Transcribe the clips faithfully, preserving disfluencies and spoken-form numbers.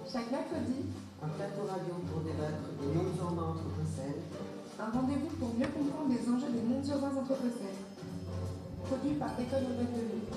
Chaque mercredi, un plateau radio pour débattre des mondes urbains anthropocènes. Un rendez-vous pour mieux comprendre les enjeux des mondes urbains anthropocènes. Produit par l'École urbaine de Lyon.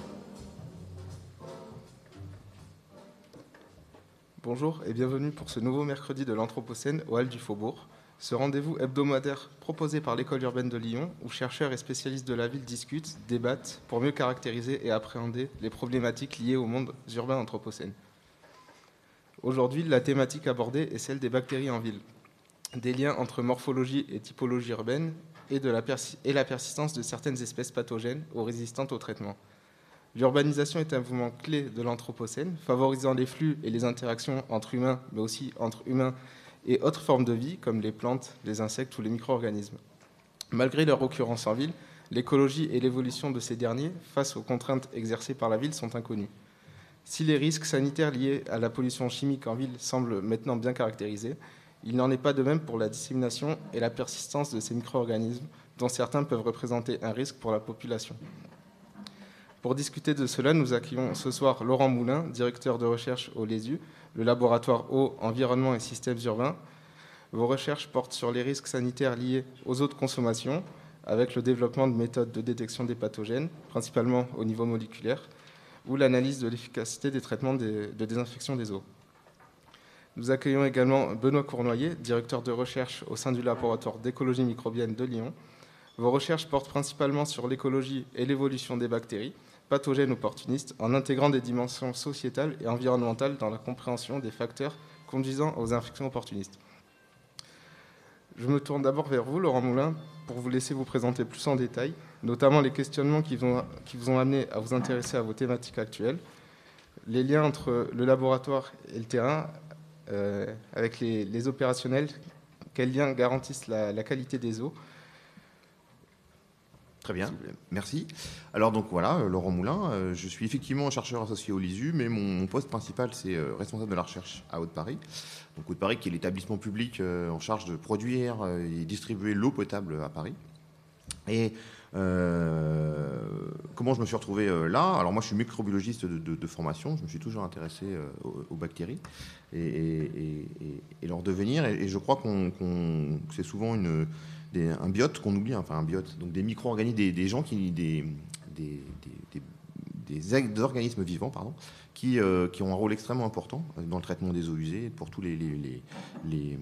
Bonjour et bienvenue pour ce nouveau mercredi de l'Anthropocène au Hall du Faubourg. Ce rendez-vous hebdomadaire proposé par l'École urbaine de Lyon, où chercheurs et spécialistes de la ville discutent, débattent pour mieux caractériser et appréhender les problématiques liées au monde urbain anthropocène. Aujourd'hui, la thématique abordée est celle des bactéries en ville, des liens entre morphologie et typologie urbaine et, de la, persi- et la persistance de certaines espèces pathogènes ou résistantes au traitement. L'urbanisation est un mouvement clé de l'Anthropocène, favorisant les flux et les interactions entre humains, mais aussi entre humains et autres formes de vie, comme les plantes, les insectes ou les micro-organismes. Malgré leur occurrence en ville, l'écologie et l'évolution de ces derniers, face aux contraintes exercées par la ville, sont inconnues. Si les risques sanitaires liés à la pollution chimique en ville semblent maintenant bien caractérisés, il n'en est pas de même pour la dissémination et la persistance de ces micro-organismes, dont certains peuvent représenter un risque pour la population. Pour discuter de cela, nous accueillons ce soir Laurent Moulin, directeur de recherche au LESU, le laboratoire Eau, Environnement et Systèmes Urbains. Vos recherches portent sur les risques sanitaires liés aux eaux de consommation, avec le développement de méthodes de détection des pathogènes, principalement au niveau moléculaire, ou l'analyse de l'efficacité des traitements de désinfection des eaux. Nous accueillons également Benoît Cournoyer, directeur de recherche au sein du laboratoire d'écologie microbienne de Lyon. Vos recherches portent principalement sur l'écologie et l'évolution des bactéries, pathogènes opportunistes, en intégrant des dimensions sociétales et environnementales dans la compréhension des facteurs conduisant aux infections opportunistes. Je me tourne d'abord vers vous, Laurent Moulin, pour vous laisser vous présenter plus en détail, notamment les questionnements qui vous ont, qui vous ont amené à vous intéresser à vos thématiques actuelles, les liens entre le laboratoire et le terrain, euh, avec les, les opérationnels, quels liens garantissent la, la qualité des eaux. Très bien, merci. Alors donc voilà, Laurent Moulin, euh, je suis effectivement chercheur associé au LESU, mais mon, mon poste principal c'est euh, responsable de la recherche à Haute-Paris. Donc Haute-Paris qui est l'établissement public euh, en charge de produire euh, et distribuer l'eau potable à Paris. Et euh, comment je me suis retrouvé euh, là? Alors moi je suis microbiologiste de, de, de formation, je me suis toujours intéressé euh, aux, aux bactéries et, et, et, et leur devenir, et, et je crois qu'on, qu'on, que c'est souvent une... Des, un biote qu'on oublie, enfin un biote, donc des micro-organismes, des, des gens qui, des, des, des, des, des organismes vivants, pardon, qui, euh, qui ont un rôle extrêmement important dans le traitement des eaux usées, pour tous les, les, les, les,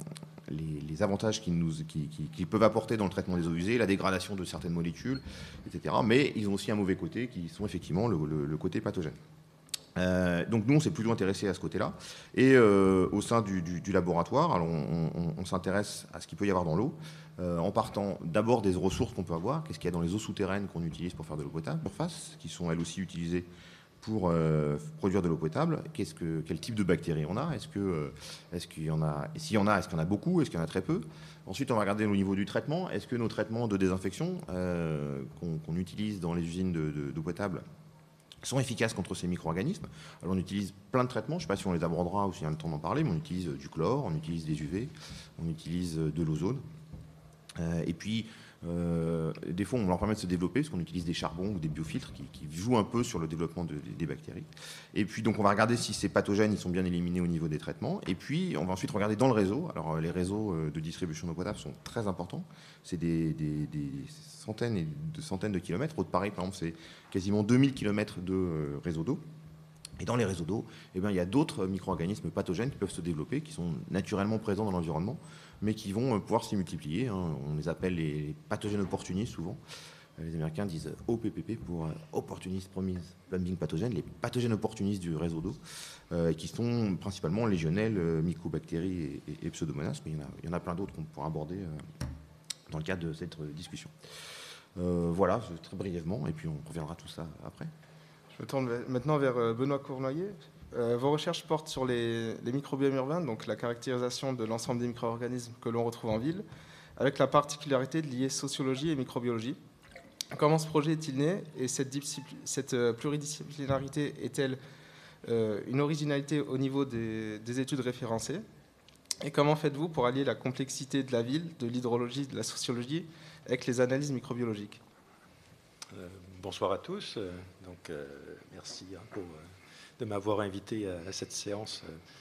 les, les avantages qu'ils nous, qui, qui, qui peuvent apporter dans le traitement des eaux usées, la dégradation de certaines molécules, et cetera. Mais ils ont aussi un mauvais côté, qui sont effectivement le, le, le côté pathogène. Euh, donc nous, on s'est plutôt intéressé à ce côté-là. Et euh, au sein du, du, du laboratoire, alors on, on, on s'intéresse à ce qu'il peut y avoir dans l'eau, euh, en partant d'abord des ressources qu'on peut avoir. Qu'est-ce qu'il y a dans les eaux souterraines qu'on utilise pour faire de l'eau potable, surface, qui sont elles aussi utilisées pour euh, produire de l'eau potable. Qu'est-ce que, quel type de bactéries on a? Est-ce que, euh, est-ce qu'il y en a? Et s'il y en a, est-ce qu'il y en a beaucoup? Est-ce qu'il y en a très peu? Ensuite, on va regarder au niveau du traitement. Est-ce que nos traitements de désinfection euh, qu'on, qu'on utilise dans les usines de, de, d'eau potable sont efficaces contre ces micro-organismes? Alors on utilise plein de traitements, je ne sais pas si on les abordera ou s'il y a le temps d'en parler, mais on utilise du chlore, on utilise des U V, on utilise de l'ozone. Euh, et puis, euh, des fois, on leur permet de se développer, parce qu'on utilise des charbons ou des biofiltres qui, qui jouent un peu sur le développement de, des bactéries. Et puis, donc, on va regarder si ces pathogènes ils sont bien éliminés au niveau des traitements. Et puis, on va ensuite regarder dans le réseau. Alors, les réseaux de distribution d'eau potable sont très importants. C'est des, des, des centaines et de centaines de kilomètres. Haute-Paris, par exemple, c'est quasiment deux mille kilomètres de euh, réseau d'eau. Et dans les réseaux d'eau, eh bien, il y a d'autres micro-organismes pathogènes qui peuvent se développer, qui sont naturellement présents dans l'environnement, mais qui vont pouvoir s'y multiplier. Hein. On les appelle les pathogènes opportunistes, souvent. Les Américains disent O P P P pour Opportunist Promise Plumbing Pathogen, les pathogènes opportunistes du réseau d'eau, euh, qui sont principalement légionnelles, euh, mycobactéries et, et, et pseudomonas, mais il y en a, il y en a plein d'autres qu'on pourra aborder euh, dans le cadre de cette discussion. Euh, voilà, très brièvement, et puis on reviendra tout ça après. Je me tourne maintenant vers Benoît Cournoyer. Euh, vos recherches portent sur les, les microbiomes urbains, donc la caractérisation de l'ensemble des micro-organismes que l'on retrouve en ville, avec la particularité de lier sociologie et microbiologie. Comment ce projet est-il né et cette, cette pluridisciplinarité est-elle euh, une originalité au niveau des, des études référencées? Et comment faites-vous pour allier la complexité de la ville, de l'hydrologie, de la sociologie avec les analyses microbiologiques? Euh, bonsoir à tous. Donc, euh, merci hein, pour, euh, de m'avoir invité à, à cette séance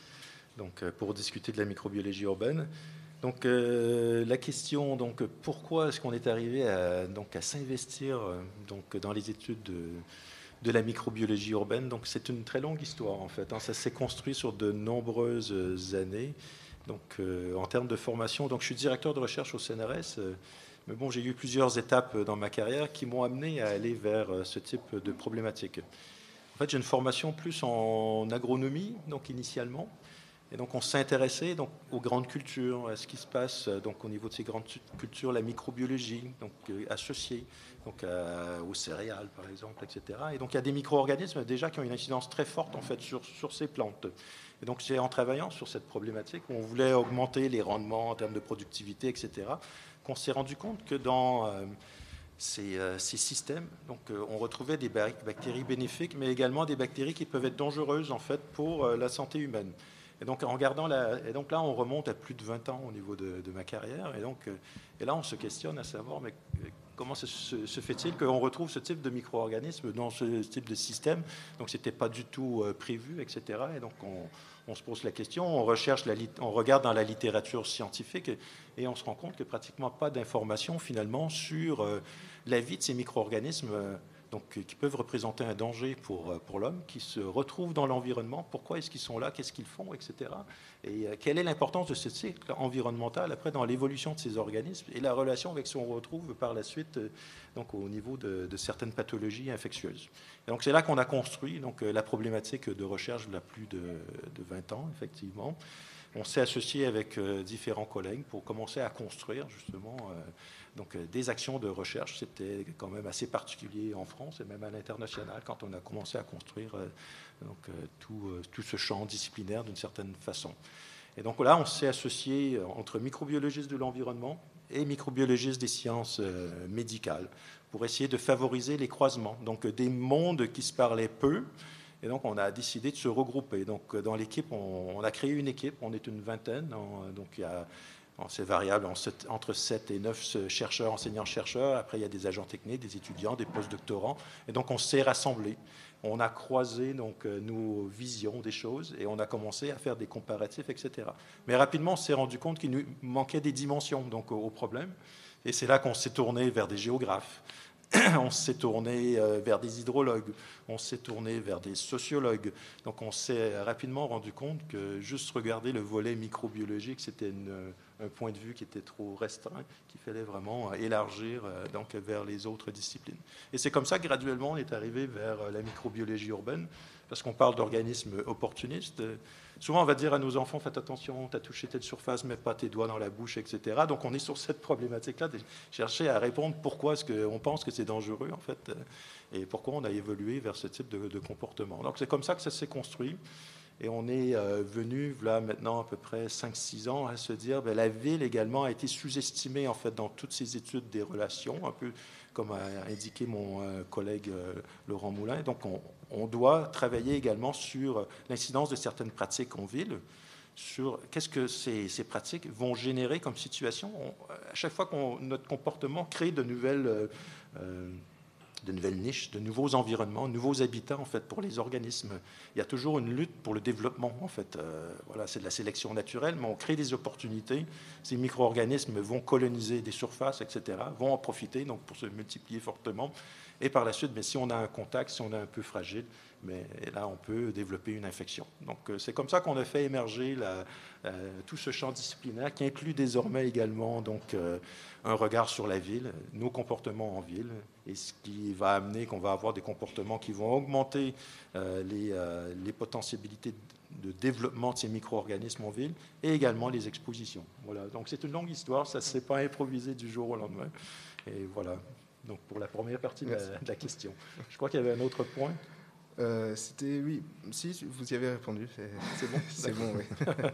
donc, pour discuter de la microbiologie urbaine. Donc, euh, la question, donc, pourquoi est-ce qu'on est arrivé à, donc, à s'investir donc, dans les études de, de la microbiologie urbaine? Donc, c'est une très longue histoire, en fait. Hein. Ça s'est construit sur de nombreuses années. Donc, euh, en termes de formation, donc, je suis directeur de recherche au C N R S. Euh, mais bon, j'ai eu plusieurs étapes dans ma carrière qui m'ont amené à aller vers ce type de problématique. En fait, j'ai une formation plus en agronomie, donc initialement. Et donc, on s'intéressait donc aux grandes cultures, à ce qui se passe donc au niveau de ces grandes cultures, la microbiologie, donc euh, associée donc à, aux céréales, par exemple, et cetera. Et donc, il y a des micro-organismes déjà qui ont une incidence très forte en fait sur, sur ces plantes. Et donc, c'est en travaillant sur cette problématique où on voulait augmenter les rendements en termes de productivité, et cetera, qu'on s'est rendu compte que dans euh, ces, euh, ces systèmes, donc, euh, on retrouvait des bactéries bénéfiques, mais également des bactéries qui peuvent être dangereuses en fait pour euh, la santé humaine. Et donc, en regardant la, et donc là, on remonte à plus de vingt ans au niveau de, de ma carrière. Et, donc, et là, on se questionne à savoir, mais comment se, se, se fait-il qu'on retrouve ce type de micro-organismes dans ce type de système? Donc, ce n'était pas du tout euh, prévu, et cetera. Et donc, on, on se pose la question, on, recherche la, on regarde dans la littérature scientifique et, et on se rend compte que pratiquement pas d'informations, finalement, sur euh, la vie de ces micro-organismes euh, donc, qui peuvent représenter un danger pour, pour l'homme, qui se retrouvent dans l'environnement. Pourquoi est-ce qu'ils sont là? Qu'est-ce qu'ils font? Etc. Et euh, quelle est l'importance de ce cycle environnemental après dans l'évolution de ces organismes et la relation avec ce qu'on retrouve par la suite euh, donc, au niveau de, de certaines pathologies infectieuses. Et donc, c'est là qu'on a construit donc, la problématique de recherche il y a plus de, de vingt ans, effectivement. On s'est associé avec euh, différents collègues pour commencer à construire justement euh, donc, euh, des actions de recherche. C'était quand même assez particulier en France et même à l'international quand on a commencé à construire euh, donc, euh, tout, euh, tout ce champ disciplinaire d'une certaine façon. Et donc là, on s'est associé entre microbiologistes de l'environnement et microbiologistes des sciences euh, médicales pour essayer de favoriser les croisements, donc des mondes qui se parlaient peu. Et donc, on a décidé de se regrouper. Donc, dans l'équipe, on, on a créé une équipe. On est une vingtaine. On, donc, il y a, c'est variable entre sept et neuf chercheurs, enseignants-chercheurs. Après, il y a des agents techniques, des étudiants, des postdoctorants. Et donc, on s'est rassemblés. On a croisé donc, nos visions des choses et on a commencé à faire des comparatifs, et cetera. Mais rapidement, on s'est rendu compte qu'il nous manquait des dimensions donc, au problème. Et c'est là qu'on s'est tourné vers des géographes. On s'est tourné vers des hydrologues, on s'est tourné vers des sociologues. Donc on s'est rapidement rendu compte que juste regarder le volet microbiologique, c'était une, un point de vue qui était trop restreint, qu'il fallait vraiment élargir donc, vers les autres disciplines. Et c'est comme ça que graduellement on est arrivé vers la microbiologie urbaine, parce qu'on parle d'organismes opportunistes. Souvent, on va dire à nos enfants, faites attention, tu as touché telle surface, mets pas tes doigts dans la bouche, et cetera. Donc, on est sur cette problématique-là de chercher à répondre pourquoi est-ce qu'on pense que c'est dangereux, en fait, et pourquoi on a évolué vers ce type de, de comportement. Donc, c'est comme ça que ça s'est construit. Et on est euh, venu, là, maintenant, à peu près cinq six ans, à se dire, bien, la ville également a été sous-estimée, en fait, dans toutes ces études des relations, un peu comme a indiqué mon euh, collègue euh, Laurent Moulin. Donc, on, on doit travailler également sur l'incidence de certaines pratiques en ville, sur qu'est-ce que ces, ces pratiques vont générer comme situation. On, à chaque fois que notre comportement crée de nouvelles... Euh, euh, de nouvelles niches, de nouveaux environnements, de nouveaux habitats en fait pour les organismes. Il y a toujours une lutte pour le développement en fait. Euh, voilà, c'est de la sélection naturelle, mais on crée des opportunités. Ces micro-organismes vont coloniser des surfaces, et cetera, vont en profiter donc pour se multiplier fortement. Et par la suite, mais si on a un contact, si on est un peu fragile, mais là on peut développer une infection. Donc c'est comme ça qu'on a fait émerger la, euh, tout ce champ disciplinaire qui inclut désormais également donc euh, un regard sur la ville, nos comportements en ville, et ce qui va amener qu'on va avoir des comportements qui vont augmenter euh, les, euh, les potentialités de développement de ces micro-organismes en ville et également les expositions. Voilà. Donc c'est une longue histoire, ça ne s'est pas improvisé du jour au lendemain. Et voilà, donc pour la première partie de la, de la question. Je crois qu'il y avait un autre point. Euh, C'était, oui, si, vous y avez répondu. C'est bon. C'est bon, oui.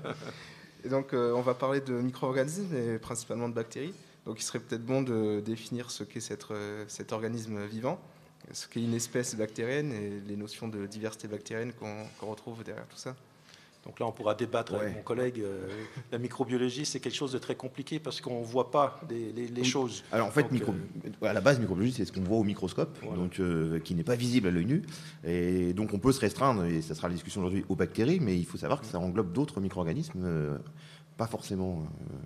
Et donc, euh, on va parler de micro-organismes et principalement de bactéries. Donc, il serait peut-être bon de définir ce qu'est cette, euh, cet organisme vivant, ce qu'est une espèce bactérienne et les notions de diversité bactérienne qu'on qu'on retrouve derrière tout ça. Donc là, on pourra débattre Ouais. avec mon collègue. Euh, la microbiologie, c'est quelque chose de très compliqué parce qu'on ne voit pas les, les, les Oui. choses. Alors en fait, Donc, micro... euh, à la base, microbiologie, c'est ce qu'on voit au microscope, Voilà. donc, euh, qui n'est pas visible à l'œil nu. Et donc on peut se restreindre, et ça sera la discussion aujourd'hui, aux bactéries, mais il faut savoir que ça englobe d'autres micro-organismes, euh, pas forcément euh,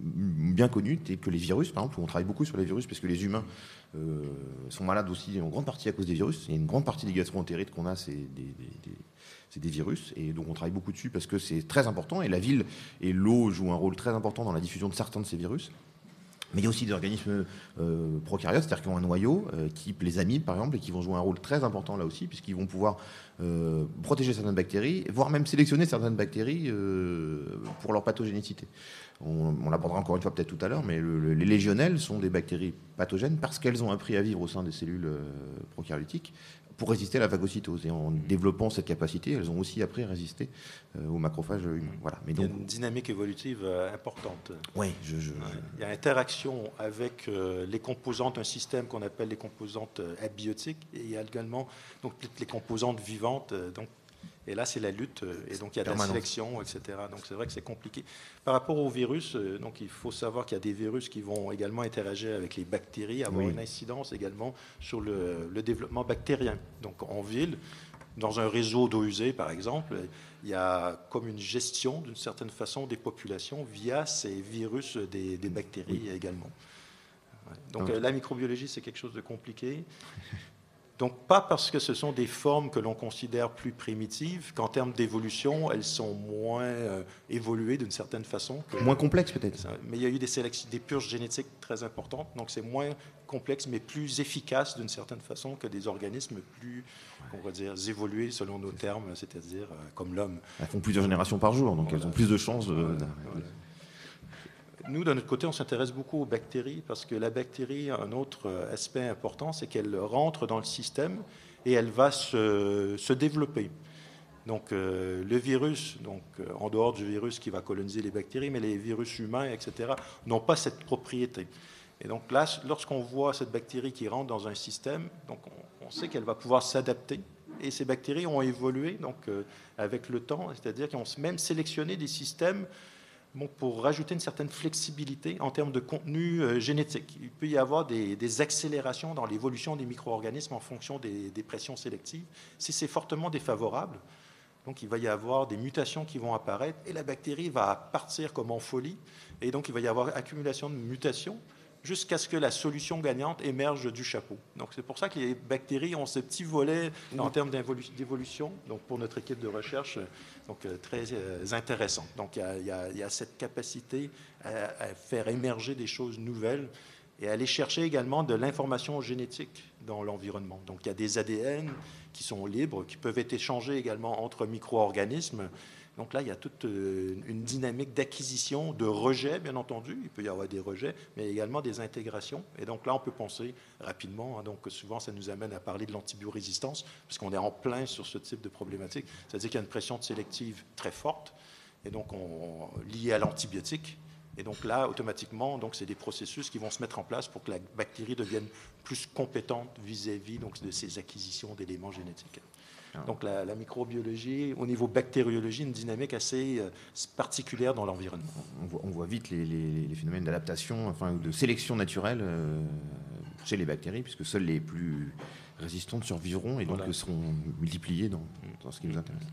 bien connus, tels que les virus, par exemple, où on travaille beaucoup sur les virus, parce que les humains euh, sont malades aussi en grande partie à cause des virus. Il y a une grande partie des gastro-entérites qu'on a, c'est des, des, des, c'est des virus, et donc on travaille beaucoup dessus parce que c'est très important, et la ville et l'eau jouent un rôle très important dans la diffusion de certains de ces virus. Mais il y a aussi des organismes euh, prokaryotes, c'est-à-dire qui ont un noyau, euh, type les amibes par exemple, et qui vont jouer un rôle très important là aussi, puisqu'ils vont pouvoir euh, protéger certaines bactéries, voire même sélectionner certaines bactéries euh, pour leur pathogénicité. On, on l'abordera encore une fois peut-être tout à l'heure, mais le, le, les légionelles sont des bactéries pathogènes parce qu'elles ont appris à vivre au sein des cellules euh, prokaryotiques pour résister à la phagocytose. Et en développant cette capacité, elles ont aussi appris à résister euh, aux macrophages humains. Voilà. Mais il y a donc, une dynamique évolutive euh, importante. ouais, je, je, Ouais. Il y a interaction avec euh, les composantes d'un système qu'on appelle les composantes euh, abiotiques, et il y a également donc, les composantes vivantes. euh, donc, et là, c'est la lutte, euh, et donc il y a de la Permanente. sélection, et cetera. Donc c'est vrai que c'est compliqué. Par rapport aux virus, euh, donc, il faut savoir qu'il y a des virus qui vont également interagir avec les bactéries, avoir Oui. une incidence également sur le, le développement bactérien. Donc en ville, dans un réseau d'eau usée, par exemple, il y a comme une gestion, d'une certaine façon, des populations via ces virus des, des bactéries Oui. également. Ouais. Donc Ah. euh, la microbiologie, c'est quelque chose de compliqué. Donc pas parce que ce sont des formes que l'on considère plus primitives qu'en termes d'évolution, elles sont moins euh, évoluées d'une certaine façon. Que, moins complexe peut-être. ça- mais il y a eu des, sélections, des purges génétiques très importantes, donc c'est moins complexe, mais plus efficace d'une certaine façon que des organismes plus, on va dire, évolués selon nos termes, c'est-à-dire euh, comme l'homme. Elles font plusieurs générations par jour, donc Voilà. elles ont plus de chances de... Voilà, voilà. Nous, de notre côté, on s'intéresse beaucoup aux bactéries parce que la bactérie, un autre aspect important, c'est qu'elle rentre dans le système et elle va se, se développer. Donc, euh, le virus, donc, euh, en dehors du virus qui va coloniser les bactéries, mais les virus humains, et cetera, n'ont pas cette propriété. Et donc là, lorsqu'on voit cette bactérie qui rentre dans un système, donc on, on sait qu'elle va pouvoir s'adapter. Et ces bactéries ont évolué donc, euh, avec le temps, c'est-à-dire qu'ils ont même sélectionné des systèmes bon, pour rajouter une certaine flexibilité en termes de contenu euh, génétique. Il peut y avoir des, des accélérations dans l'évolution des micro-organismes en fonction des, des pressions sélectives. Si c'est fortement défavorable, donc il va y avoir des mutations qui vont apparaître et la bactérie va partir comme en folie. Et donc il va y avoir accumulation de mutations jusqu'à ce que la solution gagnante émerge du chapeau. Donc c'est pour ça que les bactéries ont ce petit volet en termes d'évolu- d'évolution, donc pour notre équipe de recherche, donc euh, très euh, intéressant. Donc il y a, il y a- il y a cette capacité à, à faire émerger des choses nouvelles et à aller chercher également de l'information génétique dans l'environnement. Donc il y a des A D N qui sont libres, qui peuvent être échangés également entre micro-organismes. Donc là, il y a toute une dynamique d'acquisition, de rejet, bien entendu. Il peut y avoir des rejets, mais également des intégrations. Et donc là, on peut penser rapidement. Hein, donc souvent, ça nous amène à parler de l'antibiorésistance, parce qu'on est en plein sur ce type de problématique. C'est-à-dire qu'il y a une pression sélective très forte, et donc on, liée à l'antibiotique. Et donc là, automatiquement, donc c'est des processus qui vont se mettre en place pour que la bactérie devienne plus compétente vis-à-vis donc, de ces acquisitions d'éléments génétiques. Donc la, la microbiologie, au niveau bactériologie, une dynamique assez euh, particulière dans l'environnement. On voit, on voit vite les, les- les phénomènes d'adaptation, enfin de sélection naturelle euh, chez les bactéries, puisque seules les plus résistantes survivront et donc Voilà. seront multipliées dans, dans ce qui nous intéresse.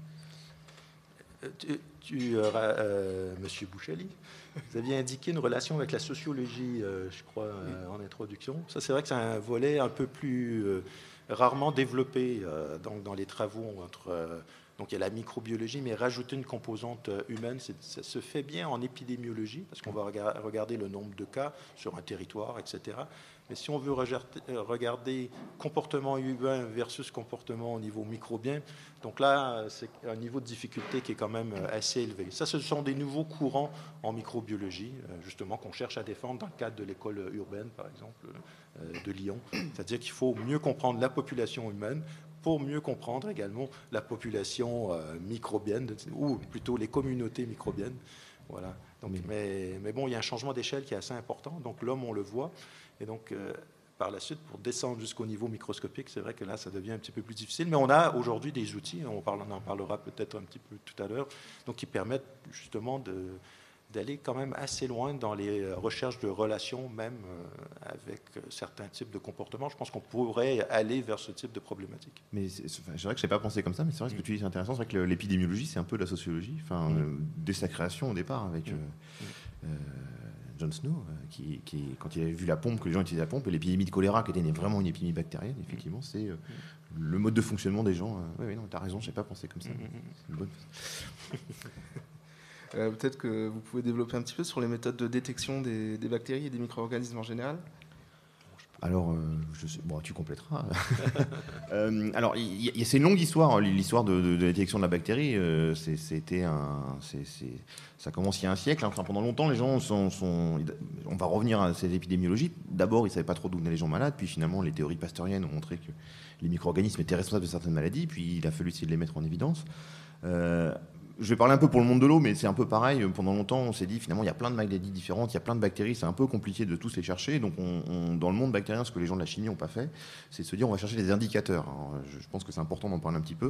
Euh, Tu, tu, euh, euh, Monsieur Bouchelli, vous aviez indiqué une relation avec la sociologie, euh, je crois, euh, en introduction. Ça, c'est vrai que c'est un volet un peu plus euh, rarement développé euh, dans, dans les travaux entre. euh, donc, il y a la microbiologie, mais rajouter une composante euh, humaine, c'est- ça se fait bien en épidémiologie, parce qu'on va rega- regarder le nombre de cas sur un territoire, et cetera. Mais si on veut regarder, euh, regarder comportement humain versus comportement au niveau microbien, donc là, euh, c'est un niveau de difficulté qui est quand même euh, assez élevé. Ça, ce sont des nouveaux courants en microbiologie, euh, justement, qu'on cherche à défendre dans le cadre de l'école urbaine, par exemple, euh, de Lyon. C'est-à-dire qu'il faut mieux comprendre la population humaine pour mieux comprendre également la population euh, microbienne, ou plutôt les communautés microbiennes. Voilà. Donc, mais, mais bon, il y a un changement d'échelle qui est assez important. Donc l'homme, on le voit. Et donc, euh, par la suite, pour descendre jusqu'au niveau microscopique, c'est vrai que là, ça devient un petit peu plus difficile. Mais on a aujourd'hui des outils, on, parle, on en parlera peut-être un petit peu tout à l'heure, donc qui permettent justement de, d'aller quand même assez loin dans les recherches de relations, même euh, avec certains types de comportements. Je pense qu'on pourrait aller vers ce type de problématique. Mais c'est, c'est vrai que je n'ai pas pensé comme ça, mais c'est vrai que ce que tu dis, c'est intéressant. C'est vrai que l'épidémiologie, c'est un peu de la sociologie, enfin, mmh. euh, dès sa création au départ, avec... Mmh. Euh, euh, John Snow, qui, qui, quand il avait vu la pompe, que les gens utilisaient la pompe, et l'épidémie de choléra, qui était vraiment une épidémie bactérienne, effectivement, c'est euh, le mode de fonctionnement des gens. Euh, oui, oui, non, tu as raison, je n'ai pas pensé comme ça. C'est une bonne... euh, peut-être que vous pouvez développer un petit peu sur les méthodes de détection des, des bactéries et des micro-organismes en général. Alors, euh, je sais, bon, tu compléteras. euh, alors, y, y, c'est une longue histoire, l'histoire de, de, de la détection de la bactérie. Euh, c'est, c'était un, c'est, c'est, ça commence il y a un siècle. Enfin, pendant longtemps, les gens sont, sont... On va revenir à ces épidémiologies. D'abord, ils ne savaient pas trop d'où venaient les gens malades. Puis finalement, les théories pasteuriennes ont montré que les micro-organismes étaient responsables de certaines maladies. Puis il a fallu essayer de les mettre en évidence. Euh, Je vais parler un peu pour le monde de l'eau, mais c'est un peu pareil. Pendant longtemps, on s'est dit, finalement, il y a plein de maladies différentes, il y a plein de bactéries, c'est un peu compliqué de tous les chercher. Donc, on, on, dans le monde bactérien, ce que les gens de la chimie n'ont pas fait, c'est de se dire, on va chercher des indicateurs. Alors, je, je pense que c'est important d'en parler un petit peu.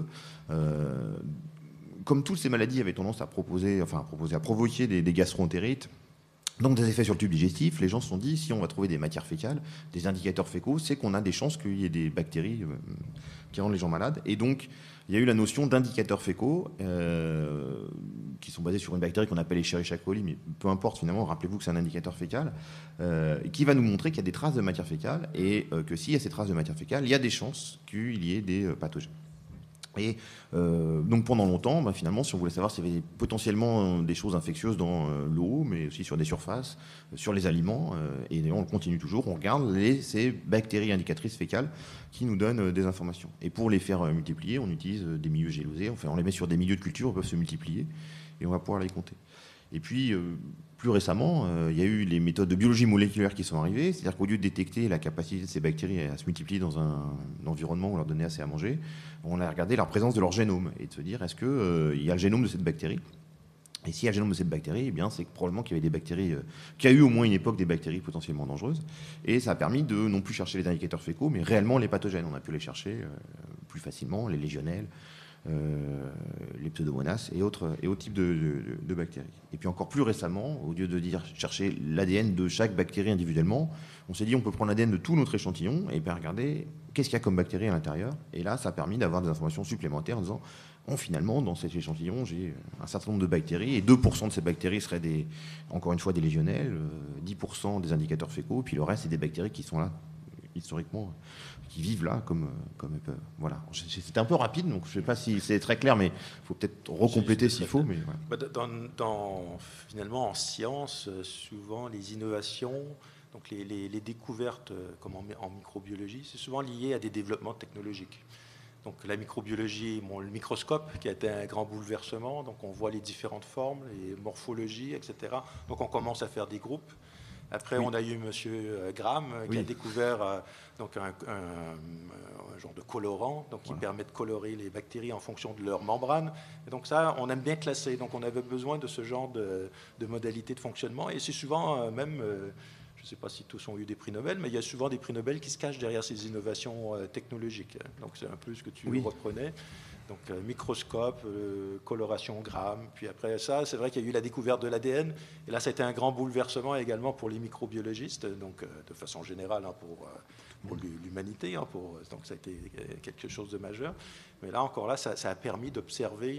Euh, comme toutes ces maladies avaient tendance à proposer, enfin, à, proposer, à provoquer des, des gastro-entérites, donc des effets sur le tube digestif, les gens se sont dit, si on va trouver des matières fécales, des indicateurs fécaux, c'est qu'on a des chances qu'il y ait des bactéries euh, qui rendent les gens malades. Et donc, il y a eu la notion d'indicateurs fécaux euh, qui sont basés sur une bactérie qu'on appelle Escherichia coli, mais peu importe finalement, rappelez-vous que c'est un indicateur fécal, euh, qui va nous montrer qu'il y a des traces de matière fécale et euh, que s'il y a ces traces de matière fécale, il y a des chances qu'il y ait des euh, pathogènes. Et euh, donc pendant longtemps, bah, finalement, si on voulait savoir s'il y avait potentiellement des choses infectieuses dans euh, l'eau, mais aussi sur des surfaces, euh, sur les aliments, euh, et on le continue toujours, on regarde les, ces bactéries indicatrices fécales qui nous donnent euh, des informations. Et pour les faire euh, multiplier, on utilise euh, des milieux gélosés, enfin on les met sur des milieux de culture, ils peuvent se multiplier, et on va pouvoir les compter. Et puis, euh, plus récemment, euh, il y a eu les méthodes de biologie moléculaire qui sont arrivées, c'est-à-dire qu'au lieu de détecter la capacité de ces bactéries à se multiplier dans un, un environnement où on leur donnait assez à manger, on a regardé la présence de leur génome et de se dire, est-ce qu'il euh, y a le génome de cette bactérie ? Et s'il y a le génome de cette bactérie, eh bien, c'est probablement qu'il y avait des bactéries, euh, qu'il y a eu au moins une époque des bactéries potentiellement dangereuses. Et ça a permis de non plus chercher les indicateurs fécaux, mais réellement les pathogènes. On a pu les chercher euh, plus facilement, les légionnelles, Euh, les pseudomonas et autres, et autres types de, de, de bactéries. Et puis encore plus récemment, au lieu de dire chercher l'A D N de chaque bactérie individuellement, on s'est dit on peut prendre l'A D N de tout notre échantillon et puis regarder qu'est-ce qu'il y a comme bactéries à l'intérieur. Et là, ça a permis d'avoir des informations supplémentaires en disant oh, finalement, dans cet échantillon, j'ai un certain nombre de bactéries et deux pour cent de ces bactéries seraient des, encore une fois des légionnelles, dix pour cent des indicateurs fécaux, puis le reste, c'est des bactéries qui sont là historiquement, qui vivent là comme, comme elles peuvent. Voilà. C'était un peu rapide, donc je ne sais pas si c'est très clair, mais il faut peut-être recompléter s'il faut. Mais ouais. dans, dans, finalement, en science, souvent les innovations, donc les, les, les découvertes comme en, en microbiologie, c'est souvent lié à des développements technologiques. Donc la microbiologie, bon, le microscope qui a été un grand bouleversement, donc on voit les différentes formes, les morphologies, et cetera. Donc on commence à faire des groupes. Après, oui. on a eu M. Graham qui oui. a découvert euh, donc un, un, un genre de colorant donc, qui voilà. permet de colorer les bactéries en fonction de leur membrane. Et donc ça, on aime bien classer. Donc on avait besoin de ce genre de, de modalité de fonctionnement. Et c'est souvent euh, même, euh, je ne sais pas si tous ont eu des prix Nobel, mais il y a souvent des prix Nobel qui se cachent derrière ces innovations euh, technologiques. Donc c'est un peu ce que tu oui. reprenais. Donc euh, microscope, euh, coloration Graham, puis après ça, c'est vrai qu'il y a eu la découverte de l'A D N, et là ça a été un grand bouleversement également pour les microbiologistes, donc euh, de façon générale hein, pour, euh, pour l'humanité, hein, pour, donc ça a été quelque chose de majeur. Mais là encore là, ça, ça a permis d'observer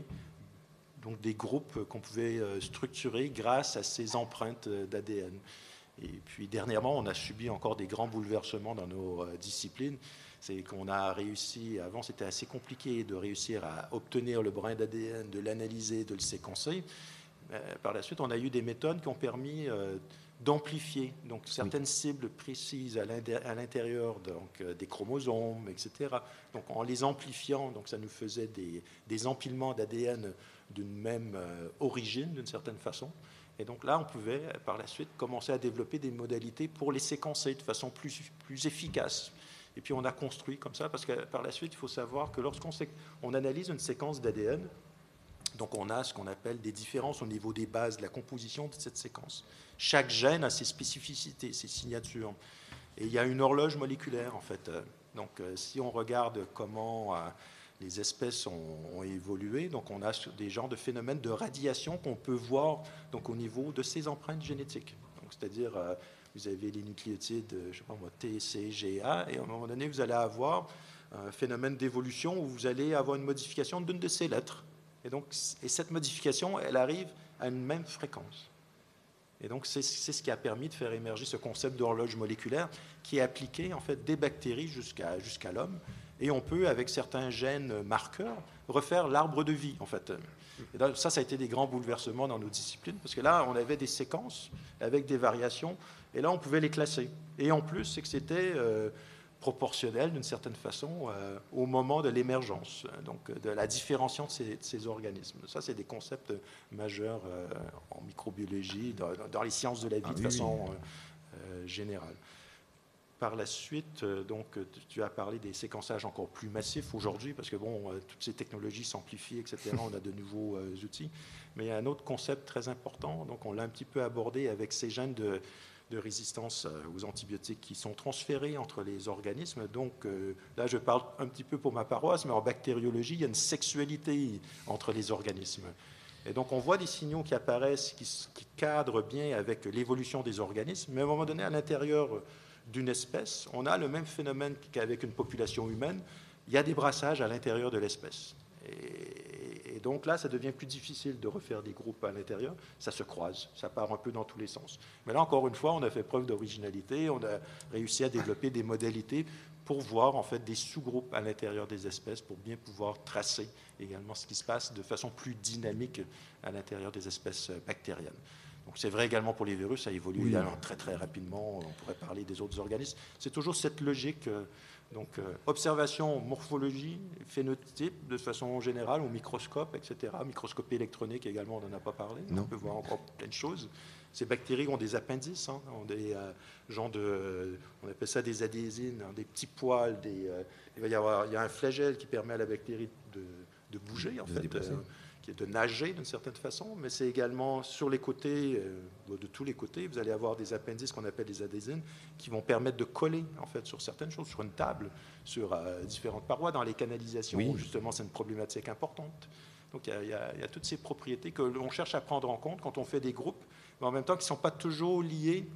donc des groupes qu'on pouvait euh, structurer grâce à ces empreintes d'A D N. Et puis dernièrement, on a subi encore des grands bouleversements dans nos euh, disciplines. C'est qu'on a réussi, avant c'était assez compliqué de réussir à obtenir le brin d'A D N, de l'analyser, de le séquencer. Euh, par la suite, on a eu des méthodes qui ont permis euh, d'amplifier donc, certaines oui. cibles précises à l'intérieur donc, euh, des chromosomes, et cetera. Donc en les amplifiant, donc, ça nous faisait des, des empilements d'A D N d'une même euh, origine, d'une certaine façon. Et donc là, on pouvait, par la suite, commencer à développer des modalités pour les séquencer de façon plus, plus efficace. Et puis on a construit comme ça, parce que par la suite, il faut savoir que lorsqu'on on analyse une séquence d'A D N, donc on a ce qu'on appelle des différences au niveau des bases de la composition de cette séquence. Chaque gène a ses spécificités, ses signatures. Et il y a une horloge moléculaire, en fait. Donc, euh, si on regarde comment euh, les espèces ont, ont évolué, donc on a des genres de phénomènes de radiation qu'on peut voir donc, au niveau de ces empreintes génétiques. Donc, c'est-à-dire, euh, vous avez les nucléotides, je sais pas moi, T, C, G, A, et à un moment donné, vous allez avoir un phénomène d'évolution où vous allez avoir une modification d'une de ces lettres. Et donc, et cette modification, elle arrive à une même fréquence. Et donc, c'est ce qui a permis de faire émerger ce concept d'horloge moléculaire qui est appliqué, en fait, des bactéries jusqu'à jusqu'à l'homme. Et on peut, avec certains gènes marqueurs, refaire l'arbre de vie, en fait. Et là, ça, ça a été des grands bouleversements dans nos disciplines, parce que là, on avait des séquences avec des variations, et là, on pouvait les classer. Et en plus, c'est que c'était euh, proportionnel, d'une certaine façon, euh, au moment de l'émergence, donc de la différenciation de ces, de ces organismes. Ça, c'est des concepts majeurs euh, en microbiologie, dans, dans les sciences de la vie, ah, de oui, façon euh, euh, générale. Par la suite, euh, donc, tu as parlé des séquençages encore plus massifs aujourd'hui, parce que bon, euh, toutes ces technologies s'amplifient, et cetera. On a de nouveaux euh, outils. Mais il y a un autre concept très important, donc on l'a un petit peu abordé avec ces gènes de, de résistance aux antibiotiques qui sont transférés entre les organismes. Donc euh, là, je parle un petit peu pour ma paroisse, mais en bactériologie, il y a une sexualité entre les organismes. Et donc, on voit des signaux qui apparaissent, qui, qui cadrent bien avec l'évolution des organismes, mais à un moment donné, à l'intérieur d'une espèce, on a le même phénomène qu'avec une population humaine. Il y a des brassages à l'intérieur de l'espèce. Et, et donc là, ça devient plus difficile de refaire des groupes à l'intérieur. Ça se croise, ça part un peu dans tous les sens. Mais là, encore une fois, on a fait preuve d'originalité. On a réussi à développer des modalités pour voir en fait des sous-groupes à l'intérieur des espèces, pour bien pouvoir tracer également ce qui se passe de façon plus dynamique à l'intérieur des espèces bactériennes. Donc c'est vrai également pour les virus, ça évolue oui. également très très rapidement. On pourrait parler des autres organismes. C'est toujours cette logique, euh, donc euh, observation, morphologie, phénotype de façon générale, au microscope, et cetera. Microscopie électronique également, on n'en a pas parlé. Non. On peut voir encore plein de choses. Ces bactéries ont des appendices, hein, ont des euh, genres de, euh, on appelle ça des adhésines, hein, des petits poils. Des, euh, il va y avoir, il y a un flagelle qui permet à la bactérie de, de bouger, en de fait, euh, qui est de nager d'une certaine façon, mais c'est également sur les côtés, euh, de tous les côtés, vous allez avoir des appendices qu'on appelle des adhésines qui vont permettre de coller, en fait, sur certaines choses, sur une table, sur euh, différentes parois, dans les canalisations, oui. où justement c'est une problématique importante. Donc il y, a, il y a toutes ces propriétés que l'on cherche à prendre en compte quand on fait des groupes, mais en même temps qui ne sont pas toujours liés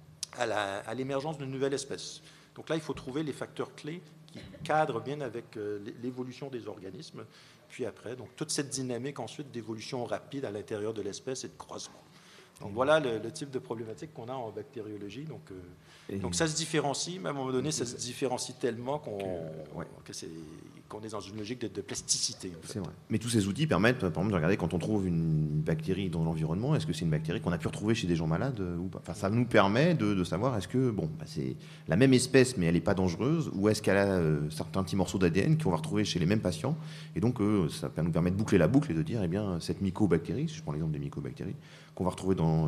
à l'émergence d'une nouvelle espèce. Donc là, il faut trouver les facteurs clés qui cadrent bien avec euh, l'évolution des organismes. Puis après, donc toute cette dynamique ensuite d'évolution rapide à l'intérieur de l'espèce et de croisement. Donc mmh. voilà le, le type de problématique qu'on a en bactériologie. Donc, euh, donc ça se différencie, mais à un moment donné, ça se différencie tellement qu'on ouais. qu qu'on est dans une logique de, de plasticité. En fait. C'est vrai. Mais tous ces outils permettent, par exemple, de regarder quand on trouve une bactérie dans l'environnement, est-ce que c'est une bactérie qu'on a pu retrouver chez des gens malades ou pas. Enfin, ça nous permet de, de savoir est-ce que bon, bah, c'est la même espèce, mais elle n'est pas dangereuse, ou est-ce qu'elle a euh, certains petits morceaux d'A D N qu'on va retrouver chez les mêmes patients. Et donc, euh, ça nous permet de boucler la boucle et de dire, eh bien, cette mycobactérie, si je prends l'exemple des mycobactéries, qu'on va retrouver dans euh,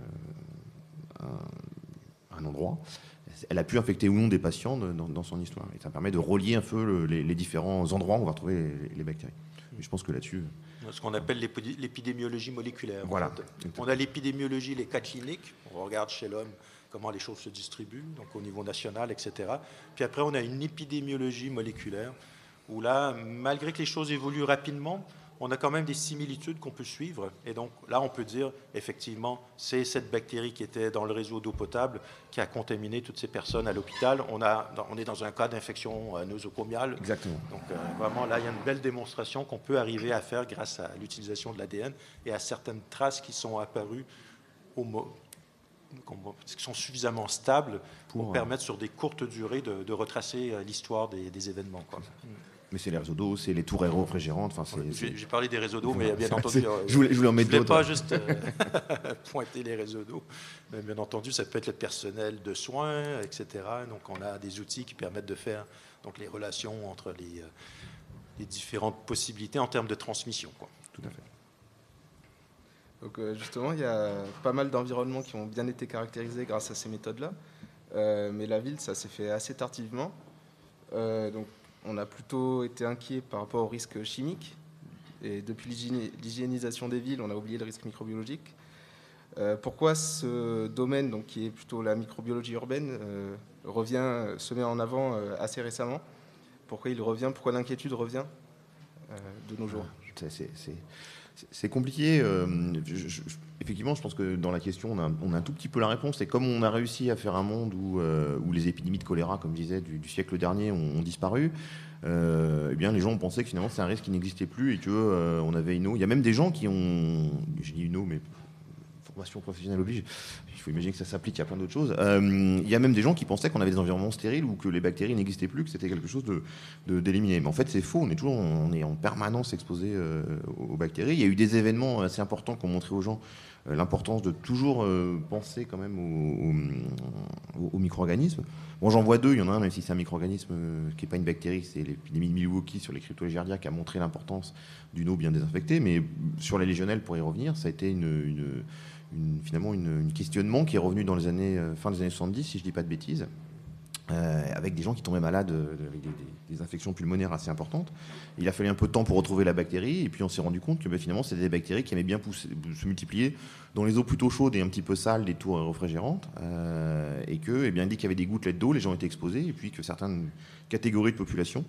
un, un endroit, elle a pu infecter ou non des patients de, dans, dans son histoire. Et ça permet de relier un peu le, les, les différents endroits où on va retrouver les, les bactéries. Et je pense que là-dessus... Ce qu'on appelle l'épidémiologie moléculaire. Voilà. En fait. On a l'épidémiologie, les cas cliniques. On regarde chez l'homme comment les choses se distribuent, donc au niveau national, et cetera. Puis après, on a une épidémiologie moléculaire, où là, malgré que les choses évoluent rapidement, on a quand même des similitudes qu'on peut suivre. Et donc là, on peut dire, effectivement, c'est cette bactérie qui était dans le réseau d'eau potable qui a contaminé toutes ces personnes à l'hôpital. On, a, on est dans un cas d'infection euh, nosocomiale. Exactement. Donc euh, vraiment, là, il y a une belle démonstration qu'on peut arriver à faire grâce à l'utilisation de l'A D N et à certaines traces qui sont apparues au mo- qui sont suffisamment stables pour, pour permettre sur des courtes durées de, de retracer l'histoire des, des événements, quoi. Mais c'est les réseaux d'eau, c'est les tours aéro-réfrigérantes. Enfin, j'ai parlé des réseaux d'eau, mais bien entendu, je voulais, je voulais en mettre d'autres. Je ne voulais pas juste euh, pointer les réseaux d'eau. Mais bien entendu, ça peut être le personnel de soins, et cetera. Donc, on a des outils qui permettent de faire donc, les relations entre les, euh, les différentes possibilités en termes de transmission, quoi. Tout à fait. Donc, euh, justement, il y a pas mal d'environnements qui ont bien été caractérisés grâce à ces méthodes-là. Euh, mais la ville, ça s'est fait assez tardivement. Euh, donc, on a plutôt été inquiet par rapport aux risques chimiques. Et depuis l'hygiénisation des villes, on a oublié le risque microbiologique. Euh, pourquoi ce domaine, donc, qui est plutôt la microbiologie urbaine, euh, revient, se met en avant euh, assez récemment? Pourquoi il revient? Pourquoi l'inquiétude revient euh, de nos jours? C'est, c'est, c'est, c'est compliqué. Euh, je, je, effectivement, je pense que dans la question, on a, on a un tout petit peu la réponse. C'est comme on a réussi à faire un monde où, euh, où les épidémies de choléra, comme je disais, du, du siècle dernier ont, ont disparu. Euh, eh bien, les gens ont pensé que finalement, c'est un risque qui n'existait plus et que euh, on avait une eau. Il y a même des gens qui ont, je dis une eau, mais formation professionnelle oblige, il faut imaginer que ça s'applique à plein d'autres choses. Euh, il y a même des gens qui pensaient qu'on avait des environnements stériles ou que les bactéries n'existaient plus, que c'était quelque chose de, de, d'éliminer. Mais en fait, c'est faux. On est toujours, on est en permanence exposé euh, aux bactéries. Il y a eu des événements assez importants qui ont montré aux gens euh, l'importance de toujours euh, penser quand même aux, aux, aux micro-organismes. Bon, j'en vois deux. Il y en a un, même si c'est un micro-organisme euh, qui n'est pas une bactérie, c'est l'épidémie de Milwaukee sur les cryptolégiardia qui a montré l'importance d'une eau bien désinfectée. Mais sur les légionelles, pour y revenir, ça a été une, une Une, finalement un questionnement qui est revenu dans les années, euh, fin des années soixante-dix, si je ne dis pas de bêtises, euh, avec des gens qui tombaient malades, euh, avec des, des, des infections pulmonaires assez importantes. Il a fallu un peu de temps pour retrouver la bactérie, et puis on s'est rendu compte que bah, finalement, c'était des bactéries qui aimaient bien pousser, se multiplier dans les eaux plutôt chaudes et un petit peu sales des tours réfrigérantes, euh, et que, eh bien, dès qu'il y avait des gouttelettes d'eau, les gens étaient exposés, et puis que certaines catégories de population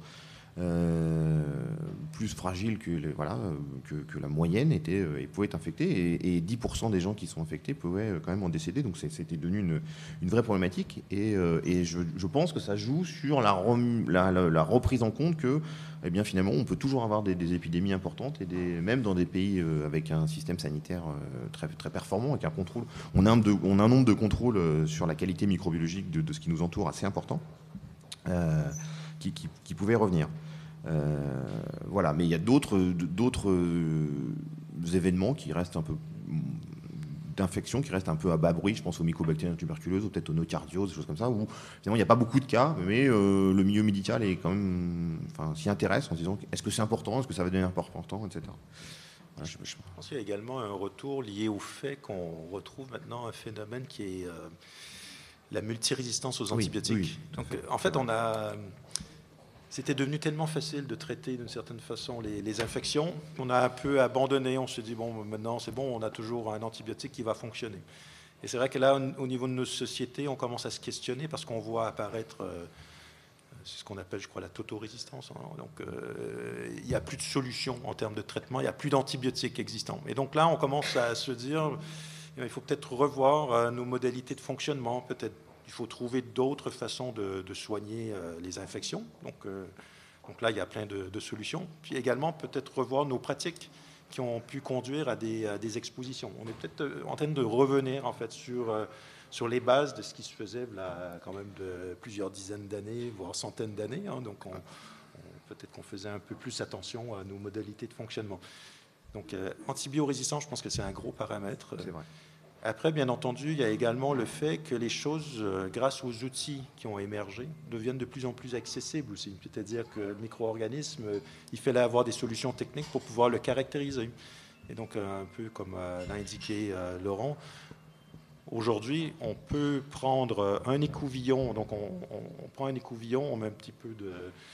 Euh, plus fragile que, les, voilà, que, que la moyenne était, euh, et pouvaient être infectés, et, et dix pour cent des gens qui sont infectés pouvaient euh, quand même en décéder, donc c'est, c'était devenu une, une vraie problématique, et, euh, et je, je pense que ça joue sur la, rem, la, la, la reprise en compte que eh bien, finalement on peut toujours avoir des, des épidémies importantes, et des, même dans des pays euh, avec un système sanitaire euh, très, très performant, avec un contrôle, on a un, de, on a un nombre de contrôles euh, sur la qualité microbiologique de, de ce qui nous entoure assez important, euh, qui, qui, qui pouvaient revenir. Euh, voilà, mais il y a d'autres, d'autres événements qui restent un peu d'infections qui restent un peu à bas bruit. Je pense aux mycobactériens tuberculeuses ou peut-être aux nocardioses, des choses comme ça, où finalement il n'y a pas beaucoup de cas, mais euh, le milieu médical est quand même, enfin, s'y intéresse en se disant est-ce que c'est important, est-ce que ça va devenir important, et cetera. Voilà, je, je... Je pense qu'il y a également un retour lié au fait qu'on retrouve maintenant un phénomène qui est euh, la multirésistance aux antibiotiques. Oui, oui. Donc, en fait, on a C'était devenu tellement facile de traiter d'une certaine façon les, les infections qu'on a un peu abandonné. On s'est dit, bon, maintenant c'est bon, on a toujours un antibiotique qui va fonctionner. Et c'est vrai que là, au niveau de nos sociétés, on commence à se questionner parce qu'on voit apparaître, euh, c'est ce qu'on appelle, je crois, la tautorésistance. Hein. Donc, euh, il n'y a plus de solution en termes de traitement, il n'y a plus d'antibiotiques existants. Et donc là, on commence à se dire, il faut peut-être revoir euh, nos modalités de fonctionnement, peut-être. Il faut trouver d'autres façons de, de soigner euh, les infections. Donc, euh, donc là, il y a plein de, de solutions. Puis également, peut-être revoir nos pratiques qui ont pu conduire à des, à des expositions. On est peut-être en train de revenir en fait sur, euh, sur les bases de ce qui se faisait là, quand même de plusieurs dizaines d'années, voire centaines d'années. Hein. Donc on, on, peut-être qu'on faisait un peu plus attention à nos modalités de fonctionnement. Donc euh, antibiorésistance, je pense que c'est un gros paramètre. C'est vrai. Après, bien entendu, il y a également le fait que les choses, euh, grâce aux outils qui ont émergé, deviennent de plus en plus accessibles aussi. C'est-à-dire que le micro-organisme, euh, il fallait avoir des solutions techniques pour pouvoir le caractériser. Et donc, euh, un peu comme euh, l'a indiqué euh, Laurent, aujourd'hui, on peut prendre un écouvillon. Donc, on, on, on prend un écouvillon, on met un petit peu de...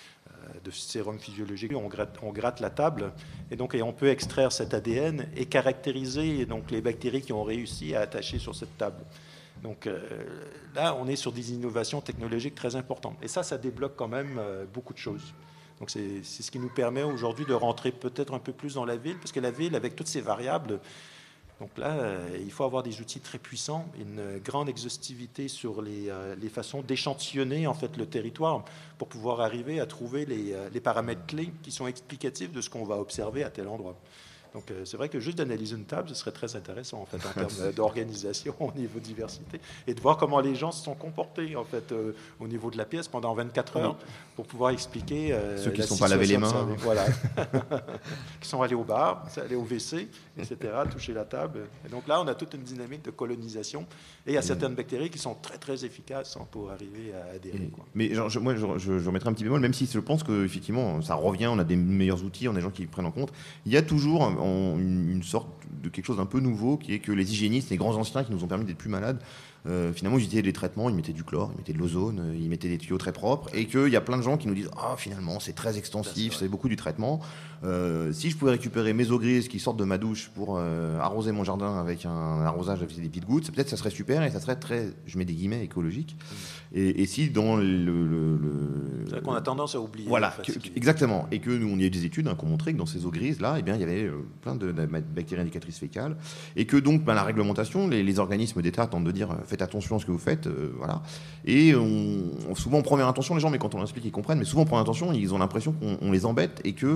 de sérum physiologique, on gratte, on gratte la table et donc et on peut extraire cet A D N et caractériser donc les bactéries qui ont réussi à attacher sur cette table. Donc euh, là, on est sur des innovations technologiques très importantes et ça, ça débloque quand même euh, beaucoup de choses. Donc c'est, c'est ce qui nous permet aujourd'hui de rentrer peut-être un peu plus dans la ville, parce que la ville, avec toutes ces variables, donc là, euh, il faut avoir des outils très puissants, une grande exhaustivité sur les, euh, les façons d'échantillonner en fait le territoire pour pouvoir arriver à trouver les, euh, les paramètres clés qui sont explicatifs de ce qu'on va observer à tel endroit. Donc euh, c'est vrai que juste d'analyser une table, ce serait très intéressant en fait en termes d'organisation au niveau diversité et de voir comment les gens se sont comportés en fait euh, au niveau de la pièce pendant vingt-quatre heures pour pouvoir expliquer euh, ceux qui ne ne sont pas lavé les mains, observée. Voilà, qui sont allés au bar, allés au W C, et cetera, toucher la table. Et donc là, on a toute une dynamique de colonisation et il y a certaines bactéries qui sont très très efficaces hein, pour arriver à adhérer. Quoi. Mais genre, je, moi, je, je, je remettrai un petit bémol, même si je pense que effectivement, ça revient, on a des meilleurs outils, on a des gens qui le prennent en compte. Il y a toujours en une, une sorte de quelque chose d'un peu nouveau, qui est que les hygiénistes, les grands anciens qui nous ont permis d'être plus malades, euh, finalement ils utilisaient des traitements, ils mettaient du chlore, ils mettaient de l'ozone, euh, ils mettaient des tuyaux très propres, et qu'il y a plein de gens qui nous disent ah finalement c'est très extensif, c'est beaucoup du traitement. Euh, si je pouvais récupérer mes eaux grises qui sortent de ma douche pour euh, arroser mon jardin avec un arrosage avec des petites gouttes, peut-être ça serait super et ça serait très, je mets des guillemets, écologique. Mmh. Et, et si dans le, le, le c'est vrai qu'on a tendance à oublier. Voilà, en fait, que, qui... exactement. Et que nous, on y a eu des études hein, qui ont montré que dans ces eaux grises là, eh bien, il y avait euh, plein de, de bactéries indicatrices fécales, et que donc ben, la réglementation, les, les organismes d'État tentent de dire euh, faites attention à ce que vous faites, euh, voilà. Et on, on, souvent en première intention, les gens, mais quand on leur explique, ils comprennent. Mais souvent en première intention, ils ont l'impression qu'on on les embête et que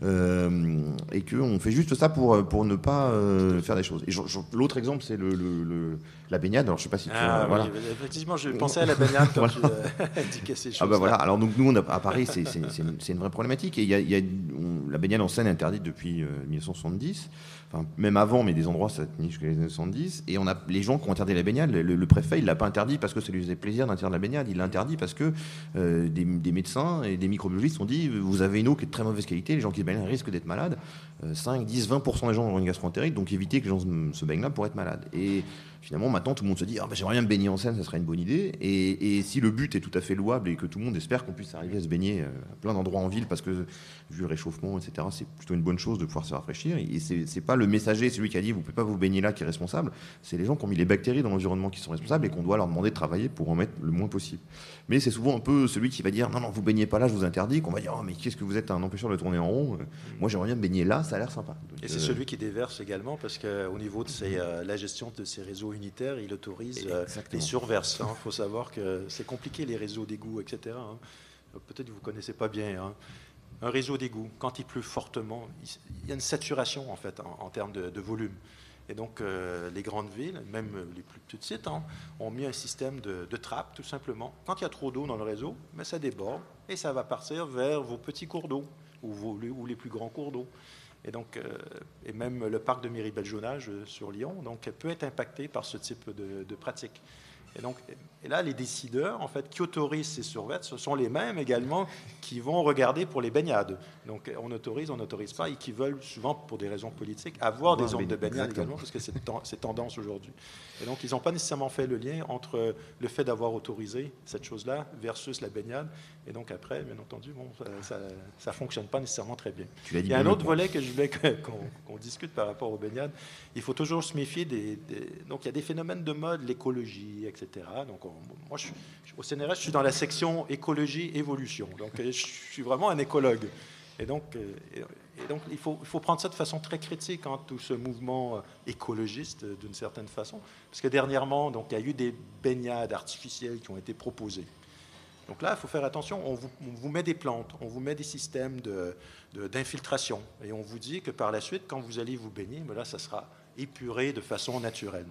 euh, et que on fait juste ça pour pour ne pas euh, faire des choses. Et je, je, l'autre exemple, c'est le, le, le la baignade. Alors je sais pas si tu ah, vois, oui, voilà. Effectivement, je pensais à la baignade quand tu euh, indiquais ces choses. Ah bah voilà. Alors donc nous, on a, à Paris, c'est c'est c'est une, une vraie problématique. Et il y a, il y a on, la baignade en Seine est interdite depuis euh, mille neuf cent soixante-dix. Enfin, même avant, mais des endroits, ça tenait jusqu'à les années soixante-dix. Et on a les gens qui ont interdit la baignade. Le, le préfet, il l'a pas interdit parce que ça lui faisait plaisir d'interdire la baignade. Il l'a interdit parce que euh, des, des médecins et des microbiologistes ont dit vous avez une eau qui est de très mauvaise qualité, les gens qui se baignent risquent d'être malades. Euh, cinq, dix, vingt pour cent des gens ont une gastroentérite, donc évitez que les gens se, se baignent là pour être malades. Et finalement, maintenant, tout le monde se dit ah, ben, j'aimerais bien me baigner en Seine, ça serait une bonne idée. Et, et si le but est tout à fait louable et que tout le monde espère qu'on puisse arriver à se baigner à plein d'endroits en ville parce que vu le réchauffement, et cetera, c'est plutôt une bonne chose de pouvoir se rafraîchir. Et c'est, c'est pas le messager, celui qui a dit vous pouvez pas vous baigner là qui est responsable. C'est les gens qui ont mis les bactéries dans l'environnement qui sont responsables et qu'on doit leur demander de travailler pour en mettre le moins possible. Mais c'est souvent un peu celui qui va dire non non vous baignez pas là, je vous interdis, qu'on va dire oh, mais qu'est-ce que vous êtes un empêcheur de tourner en rond. Moi j'aimerais bien me baigner là, ça a l'air sympa. Donc, et c'est euh... celui qui déverse également parce qu'au niveau de ces, euh, la gestion de ces réseaux unitaires, il autorise euh, les surverses. Il hein. faut savoir que c'est compliqué les réseaux d'égouts, et cetera. Hein. Peut-être que vous connaissez pas bien. Hein. Un réseau d'égout, quand il pleut fortement, il y a une saturation en fait en, en termes de, de volume. Et donc euh, les grandes villes, même les plus petites, hein, ont mis un système de, de trappe tout simplement. Quand il y a trop d'eau dans le réseau, ben, ça déborde et ça va partir vers vos petits cours d'eau ou, vos, ou les plus grands cours d'eau. Et donc, euh, et même le parc de Miribel-Jonage euh, sur Lyon, donc peut être impacté par ce type de, de pratique. Et, donc, et là, les décideurs, en fait, qui autorisent ces survettes, ce sont les mêmes également qui vont regarder pour les baignades. Donc, on autorise, on n'autorise pas, et qui veulent souvent, pour des raisons politiques, avoir des zones de baignade également, parce que c'est, ten- c'est tendance aujourd'hui. Et donc, ils n'ont pas nécessairement fait le lien entre le fait d'avoir autorisé cette chose-là versus la baignade. Et donc, après, bien entendu, bon, ça ne fonctionne pas nécessairement très bien. Il y a un autre volet que je voulais qu'on, qu'on discute par rapport aux baignades. Il faut toujours se méfier des, des... Donc, il y a des phénomènes de mode, l'écologie, et cetera. Donc, on, moi, je, au C N R S, je suis dans la section écologie-évolution. Donc, je suis vraiment un écologue. Et donc, et, et donc il, faut, il faut prendre ça de façon très critique, hein, tout ce mouvement écologiste, d'une certaine façon. Parce que dernièrement, donc, il y a eu des baignades artificielles qui ont été proposées. Donc là, il faut faire attention, on vous, on vous met des plantes, on vous met des systèmes de, de, d'infiltration, et on vous dit que par la suite, quand vous allez vous baigner, ben là, ça sera épuré de façon naturelle.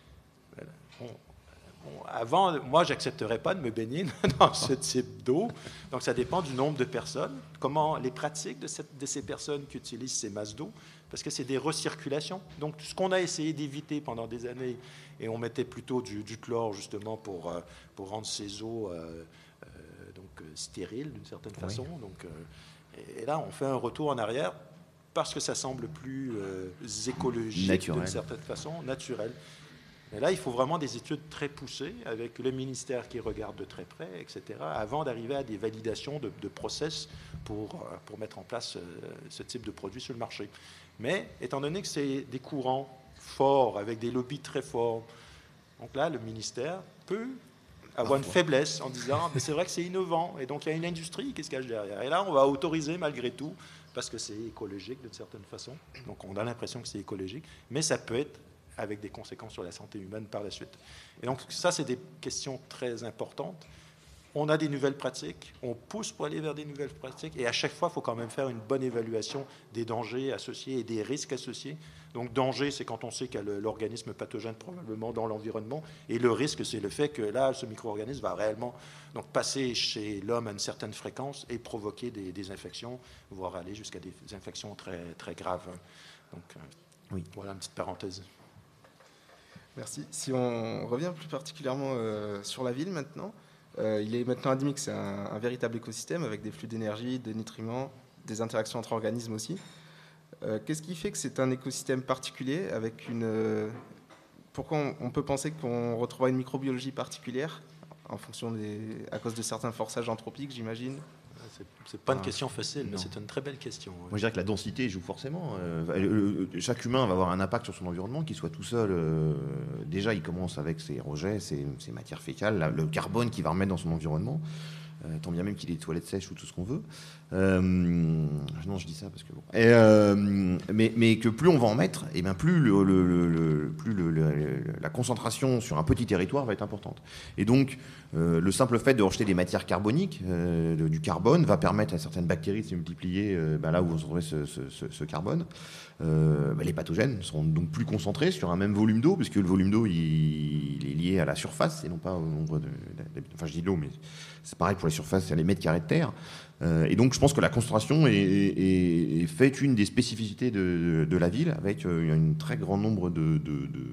Bon, bon, avant, moi, je n'accepterais pas de me baigner dans ce type d'eau, donc ça dépend du nombre de personnes, comment les pratiques de, cette, de ces personnes qui utilisent ces masses d'eau, parce que c'est des recirculations. Donc, ce qu'on a essayé d'éviter pendant des années, et on mettait plutôt du, du chlore, justement, pour, pour rendre ces eaux... Euh, donc stérile d'une certaine façon. Oui. Donc, euh, et là, on fait un retour en arrière parce que ça semble plus euh, écologique naturel. D'une certaine façon, naturel. Mais là, il faut vraiment des études très poussées avec le ministère qui regarde de très près, et cetera, avant d'arriver à des validations de, de process pour, euh, pour mettre en place euh, ce type de produit sur le marché. Mais étant donné que c'est des courants forts, avec des lobbies très forts, donc là, le ministère peut avoir une faiblesse en disant mais c'est vrai que c'est innovant et donc il y a une industrie qui se cache derrière. Et là, on va autoriser malgré tout parce que c'est écologique d'une certaine façon. Donc on a l'impression que c'est écologique, mais ça peut être avec des conséquences sur la santé humaine par la suite. Et donc ça, c'est des questions très importantes. On a des nouvelles pratiques, on pousse pour aller vers des nouvelles pratiques et à chaque fois, il faut quand même faire une bonne évaluation des dangers associés et des risques associés. Donc danger, c'est quand on sait qu'il y a l'organisme pathogène probablement dans l'environnement et le risque, c'est le fait que là, ce micro-organisme va réellement donc, passer chez l'homme à une certaine fréquence et provoquer des, des infections, voire aller jusqu'à des infections très, très graves. Donc euh, oui. Voilà une petite parenthèse. Merci. Si on revient plus particulièrement euh, sur la ville maintenant, euh, il est maintenant admis que c'est un, un véritable écosystème avec des flux d'énergie, de nutriments, des interactions entre organismes aussi. Euh, Qu'est-ce qui fait que c'est un écosystème particulier avec une... euh, pourquoi on, on peut penser qu'on retrouvera une microbiologie particulière en fonction des, à cause de certains forçages anthropiques, j'imagine? C'est, c'est pas une Ah, question facile, mais non. c'est une très belle question. ouais. Moi, je dirais que la densité joue forcément. Euh, le- le- chaque humain va avoir un impact sur son environnement, qu'il soit tout seul. euh, déjà, il commence avec ses rejets, ses, ses matières fécales, la- le carbone qu'il va remettre dans son environnement. Euh, tant bien même qu'il ait des toilettes sèches ou tout ce qu'on veut. Euh, non, je dis ça parce que bon. Et, euh, mais, mais que plus on va en mettre, et bien plus, le, le- le- le- plus le- le- la concentration sur un petit territoire va être importante. Et donc, euh, le simple fait de rejeter des matières carboniques, euh, de- du carbone, va permettre à certaines bactéries de se multiplier euh, ben là où on se trouvait ce, ce- ce- ce carbone. Euh, ben les pathogènes seront donc plus concentrés sur un même volume d'eau, puisque le volume d'eau, il, il est lié à la surface et non pas au nombre de... d'habitants. Enfin, je dis de l'eau, mais c'est pareil pour les surfaces, c'est les mètres carrés de terre. Euh, et donc, je pense que la concentration est, est- est fait une des spécificités de, de la ville, avec euh, un très grand nombre de, de, de,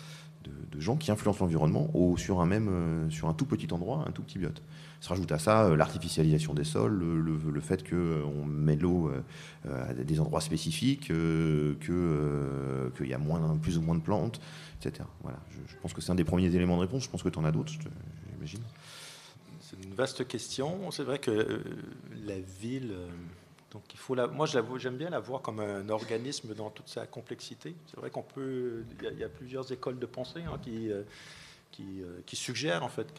de- de gens qui influencent l'environnement au- sur, un même, euh, sur un tout petit endroit, un tout petit biote. Se rajoute à ça euh, l'artificialisation des sols, le, le- le fait qu'on met de l'eau euh, à des endroits spécifiques, euh, que, euh, qu'il y a moins, plus ou moins de plantes, et cetera. Voilà. Je, je pense que c'est un des premiers éléments de réponse. Je pense que tu en as d'autres, je te- j'imagine. C'est une vaste question. C'est vrai que euh, la ville, euh, donc il faut la, moi je la vois- j'aime bien la voir comme un organisme dans toute sa complexité. C'est vrai qu'on peut, il y, a- il y a plusieurs écoles de pensée hein, qui, euh, qui, euh, qui suggèrent en fait que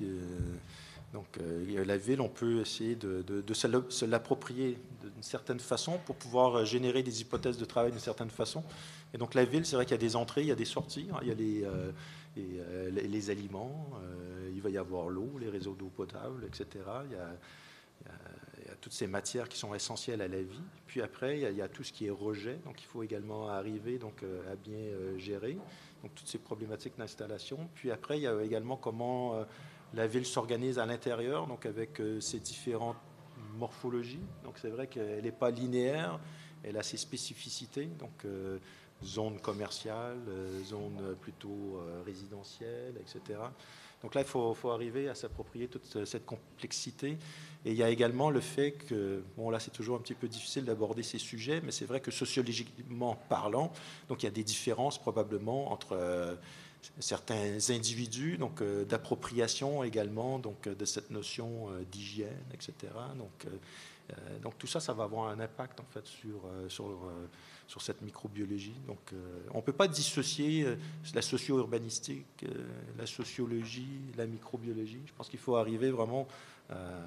donc euh, la ville, on peut essayer de, de- de se la- se l'approprier d'une certaine façon pour pouvoir générer des hypothèses de travail d'une certaine façon. Et donc la ville, c'est vrai qu'il y a des entrées, il y a des sorties, hein, il y a les, euh, et, euh, les, les aliments, euh, il va y avoir l'eau, les réseaux d'eau potable, et cetera. Il y, a, il, y a, il y a toutes ces matières qui sont essentielles à la vie. Puis après, il y a, il y a tout ce qui est rejet, donc il faut également arriver donc, euh, à bien euh, gérer donc, toutes ces problématiques d'installation. Puis après, il y a également comment euh, la ville s'organise à l'intérieur, donc avec euh, ses différentes morphologies. Donc c'est vrai qu'elle n'est pas linéaire, elle a ses spécificités. Donc euh, zone commerciale, euh, zone plutôt euh, résidentielle, et cetera. Donc là, il faut, faut arriver à s'approprier toute cette complexité. Et il y a également le fait que, bon là c'est toujours un petit peu difficile d'aborder ces sujets, mais c'est vrai que sociologiquement parlant, donc il y a des différences probablement entre euh, certains individus, donc euh, d'appropriation également, donc de cette notion euh, d'hygiène, et cetera. Donc, euh, euh, donc tout ça, ça va avoir un impact en fait sur, euh, sur euh, sur cette microbiologie. Donc, euh, on ne peut pas dissocier euh, la socio-urbanistique, euh, la sociologie, la microbiologie. Je pense qu'il faut arriver vraiment euh,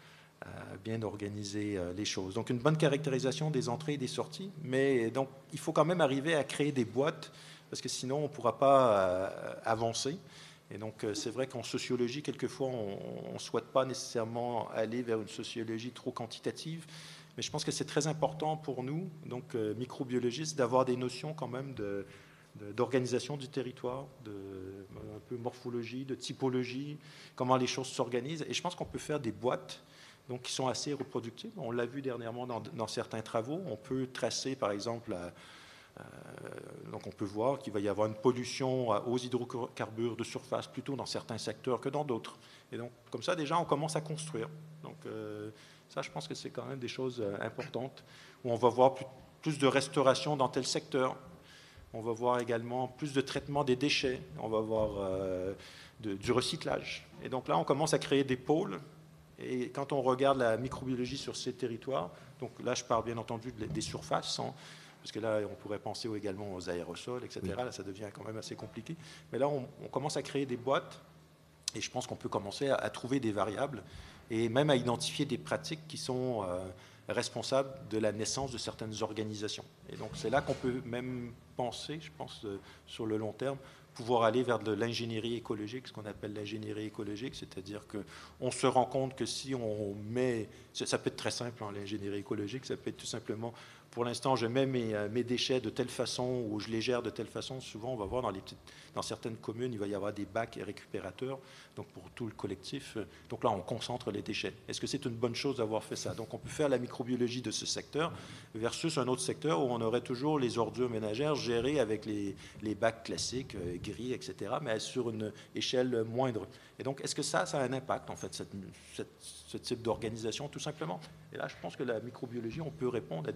à bien organiser euh, les choses. Donc, une bonne caractérisation des entrées et des sorties, mais donc, il faut quand même arriver à créer des boîtes, parce que sinon, on ne pourra pas euh, avancer. Et donc, euh, c'est vrai qu'en sociologie, quelquefois, on ne souhaite pas nécessairement aller vers une sociologie trop quantitative. Mais je pense que c'est très important pour nous, donc euh, microbiologistes, d'avoir des notions quand même de, de, d'organisation du territoire, de un peu morphologie, de typologie, comment les choses s'organisent. Et je pense qu'on peut faire des boîtes donc, qui sont assez reproductibles. On l'a vu dernièrement dans, dans certains travaux. On peut tracer, par exemple, à, euh, donc on peut voir qu'il va y avoir une pollution aux hydrocarbures de surface plutôt dans certains secteurs que dans d'autres. Et donc, comme ça, déjà, on commence à construire. Donc, euh, ça, je pense que c'est quand même des choses importantes, où on va voir plus, plus de restauration dans tel secteur. On va voir également plus de traitement des déchets. On va voir euh, de, du recyclage. Et donc là, on commence à créer des pôles. Et quand on regarde la microbiologie sur ces territoires, donc là, je parle bien entendu des surfaces, hein, parce que là, on pourrait penser également aux aérosols, et cetera. Oui. Là, ça devient quand même assez compliqué. Mais là, on, on commence à créer des boîtes. Et je pense qu'on peut commencer à, à trouver des variables et même à identifier des pratiques qui sont euh, responsables de la naissance de certaines organisations. Et donc c'est là qu'on peut même penser, je pense, euh, sur le long terme, pouvoir aller vers de l'ingénierie écologique, ce qu'on appelle l'ingénierie écologique, c'est-à-dire qu'on se rend compte que si on met, ça peut être très simple, hein, l'ingénierie écologique, ça peut être tout simplement, pour l'instant, je mets mes, mes déchets de telle façon ou je les gère de telle façon. Souvent, on va voir dans, les petites, dans certaines communes, il va y avoir des bacs et récupérateurs, donc pour tout le collectif. Donc là, on concentre les déchets. Est-ce que c'est une bonne chose d'avoir fait ça? Donc on peut faire la microbiologie de ce secteur versus un autre secteur où on aurait toujours les ordures ménagères gérées avec les, les bacs classiques, euh, gris, et cetera, mais sur une échelle moindre. Et donc, est-ce que ça, ça a un impact, en fait, cette, cette, ce type d'organisation, tout simplement? Et là, je pense que la microbiologie, on peut répondre à des questions de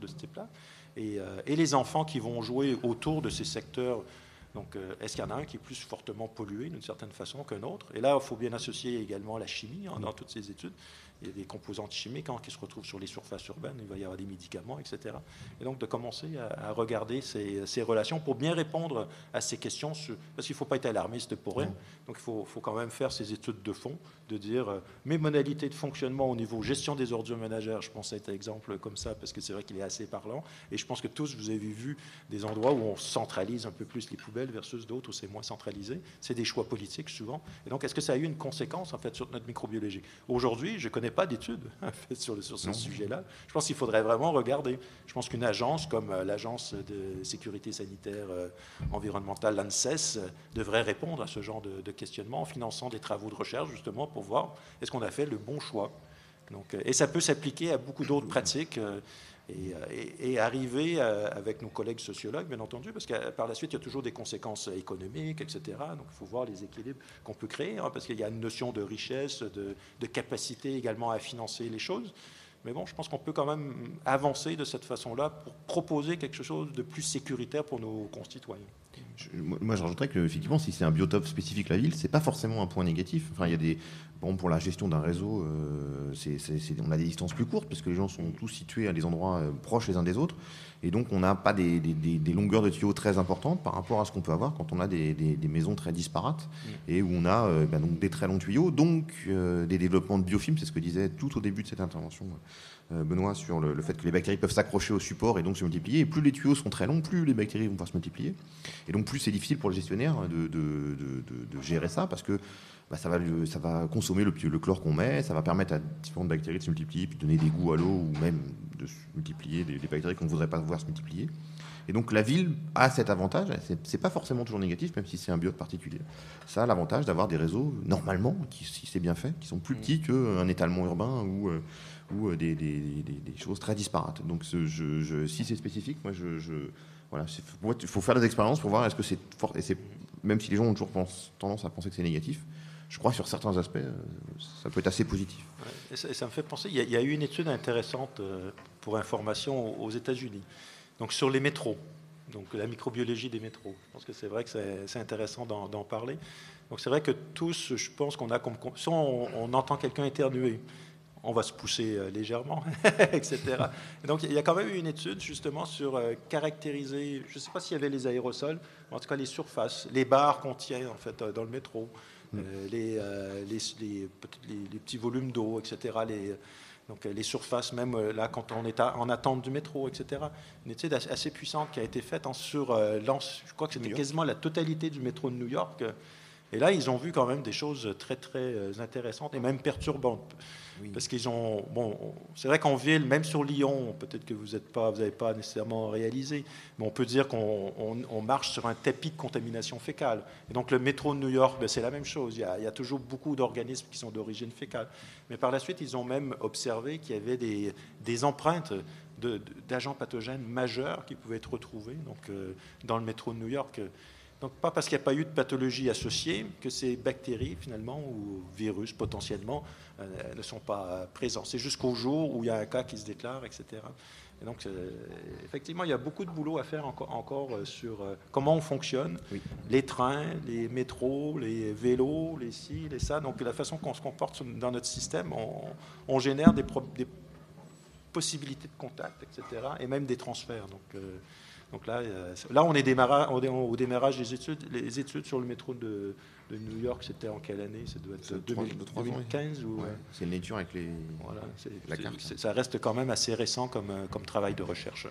ce type-là. Et, euh, et les enfants qui vont jouer autour de ces secteurs. Donc, euh, est-ce qu'il y en a un qui est plus fortement pollué d'une certaine façon qu'un autre? Et là, il faut bien associer également la chimie hein, dans toutes ces études. Il y a des composantes chimiques hein, qui se retrouvent sur les surfaces urbaines, il va y avoir des médicaments, et cetera. Et donc, de commencer à, à regarder ces, ces relations pour bien répondre à ces questions, sur, parce qu'il ne faut pas être alarmiste pour rien. Donc, il faut, faut quand même faire ces études de fond, de dire euh, mes modalités de fonctionnement au niveau gestion des ordures ménagères. Je pense à cet exemple comme ça, parce que c'est vrai qu'il est assez parlant. Et je pense que tous, vous avez vu des endroits où on centralise un peu plus les poubelles versus d'autres où c'est moins centralisé. C'est des choix politiques souvent. Et donc, est-ce que ça a eu une conséquence en fait sur notre microbiologie? Aujourd'hui, je connais pas d'études en fait, sur, le, sur ce sujet-là. Je pense qu'il faudrait vraiment regarder. Je pense qu'une agence comme euh, l'Agence de sécurité sanitaire euh, environnementale, l'ANSES, euh, devrait répondre à ce genre de, de questionnement en finançant des travaux de recherche, justement, pour voir est-ce qu'on a fait le bon choix. Donc, euh, et ça peut s'appliquer à beaucoup d'autres pratiques euh, et, et, et arriver euh, avec nos collègues sociologues, bien entendu, parce que euh, par la suite, il y a toujours des conséquences économiques, et cetera. Donc, il faut voir les équilibres qu'on peut créer, hein, parce qu'il y a une notion de richesse, de, de capacité également à financer les choses. Mais bon, je pense qu'on peut quand même avancer de cette façon-là pour proposer quelque chose de plus sécuritaire pour nos concitoyens. Je, moi, je rajouterais que effectivement, si c'est un biotope spécifique la ville, c'est pas forcément un point négatif. Enfin, il y a des, bon, pour la gestion d'un réseau, euh, c'est, c'est, c'est, on a des distances plus courtes parce que les gens sont tous situés à des endroits euh, proches les uns des autres, et donc on n'a pas des, des, des, des longueurs de tuyaux très importantes par rapport à ce qu'on peut avoir quand on a des, des, des maisons très disparates mmh. et où on a euh, ben, donc des très longs tuyaux, donc euh, des développements de biofilms. C'est ce que disait tout au début de cette intervention euh, Benoît sur le, le fait que les bactéries peuvent s'accrocher au support et donc se multiplier. Et plus les tuyaux sont très longs, plus les bactéries vont pouvoir se multiplier. Et donc plus c'est difficile pour le gestionnaire de, de, de, de, de gérer ça parce que bah, ça, va, ça va consommer le, le chlore qu'on met, ça va permettre à différentes bactéries de se multiplier, puis de donner des goûts à l'eau ou même de se multiplier des, des bactéries qu'on ne voudrait pas voir se multiplier. Et donc la ville a cet avantage, c'est, c'est pas forcément toujours négatif, même si c'est un biote particulier. Ça a l'avantage d'avoir des réseaux, normalement, qui, si c'est bien fait, qui sont plus petits qu'un étalement urbain ou, euh, ou des, des, des, des choses très disparates. Donc ce, je, je, si c'est spécifique, moi je... je Voilà, il faut faire des expériences pour voir est-ce que c'est fort. Et c'est, même si les gens ont toujours pense, tendance à penser que c'est négatif, je crois que sur certains aspects, ça peut être assez positif. Ouais, et ça, et ça me fait penser, il y, a, il y a eu une étude intéressante pour information aux États-Unis, donc sur les métros, donc la microbiologie des métros. Je pense que c'est vrai que c'est, c'est intéressant d'en, d'en parler. Donc c'est vrai que tous, je pense qu'on a comme... Si on, on entend quelqu'un éternuer, on va se pousser légèrement, et cetera. Et donc, il y a quand même eu une étude, justement, sur euh, caractériser, je ne sais pas s'il y avait les aérosols, mais en tout cas les surfaces, les barres qu'on tient, en fait, dans le métro, euh, les, euh, les, les, les, les petits volumes d'eau, et cetera, les, donc, les surfaces, même là, quand on est à, en attente du métro, et cetera. Une étude assez puissante qui a été faite hein, sur, euh, je crois que c'était quasiment la totalité du métro de New York. Et là, ils ont vu quand même des choses très, très intéressantes et même perturbantes. Oui. Parce qu'ils ont... Bon, c'est vrai qu'en ville, même sur Lyon, peut-être que vous n'avez pas, pas nécessairement réalisé, mais on peut dire qu'on on, on marche sur un tapis de contamination fécale. Et donc, le métro de New York, ben, c'est la même chose. Il y, a, il y a toujours beaucoup d'organismes qui sont d'origine fécale. Mais par la suite, ils ont même observé qu'il y avait des, des empreintes de, de, d'agents pathogènes majeurs qui pouvaient être retrouvés donc, euh, dans le métro de New York. Donc, pas parce qu'il n'y a pas eu de pathologie associée que ces bactéries, finalement, ou virus, potentiellement, euh, ne sont pas présents. C'est jusqu'au jour où il y a un cas qui se déclare, et cetera. Et donc, euh, effectivement, il y a beaucoup de boulot à faire encore, encore sur euh, comment on fonctionne, oui. Les trains, les métros, les vélos, les ci, les ça. Donc, la façon qu'on se comporte dans notre système, on, on génère des, pro- des possibilités de contact, et cetera, et même des transferts. Donc, euh, Donc là, euh, là on, est démarra, on est au démarrage des études. Les études sur le métro de, de New York, c'était en quelle année? Ça doit être deux mille, deux mille quinze ou, ouais. C'est le Nature avec les, voilà, c'est, la c'est, carte. C'est, ça reste quand même assez récent comme, comme travail de recherche.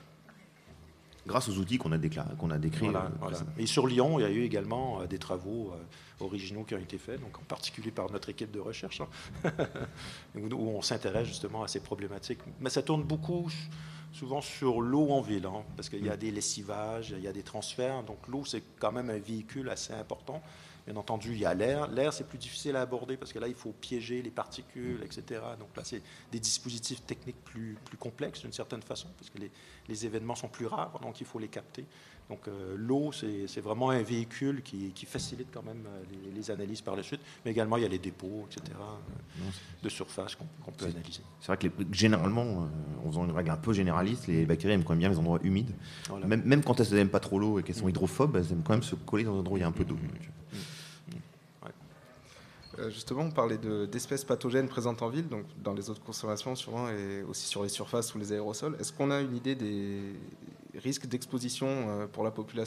Grâce aux outils qu'on a, déclaré, qu'on a décrits. Voilà, euh, voilà. Et sur Lyon, il y a eu également euh, des travaux euh, originaux qui ont été faits, donc en particulier par notre équipe de recherche, hein, où on s'intéresse justement à ces problématiques. Mais ça tourne beaucoup... souvent sur l'eau en ville, hein, parce qu'il y a des lessivages, il y a des transferts. Donc l'eau, c'est quand même un véhicule assez important. Bien entendu, il y a l'air. L'air, c'est plus difficile à aborder parce que là, il faut piéger les particules, et cetera. Donc là, c'est des dispositifs techniques plus, plus complexes d'une certaine façon, parce que les, les événements sont plus rares, donc il faut les capter. Donc euh, l'eau, c'est, c'est vraiment un véhicule qui, qui facilite quand même euh, les, les analyses par la suite. Mais également, il y a les dépôts, et cetera, euh, Non, de surface qu'on, qu'on peut c'est, analyser. c'est vrai que les, généralement, euh, en faisant une règle un peu généraliste, les bactéries aiment quand même bien les endroits humides. Voilà. Même, même quand elles n'aiment pas trop l'eau et qu'elles sont Mmh. hydrophobes, elles aiment quand même se coller dans un endroit où il y a un peu d'eau. Mmh. Donc, Mmh. Euh, justement, on parlait de, d'espèces pathogènes présentes en ville, donc dans les eaux de consommation sûrement, et aussi sur les surfaces ou les aérosols. Est-ce qu'on a une idée des risques d'exposition euh, pour la population ?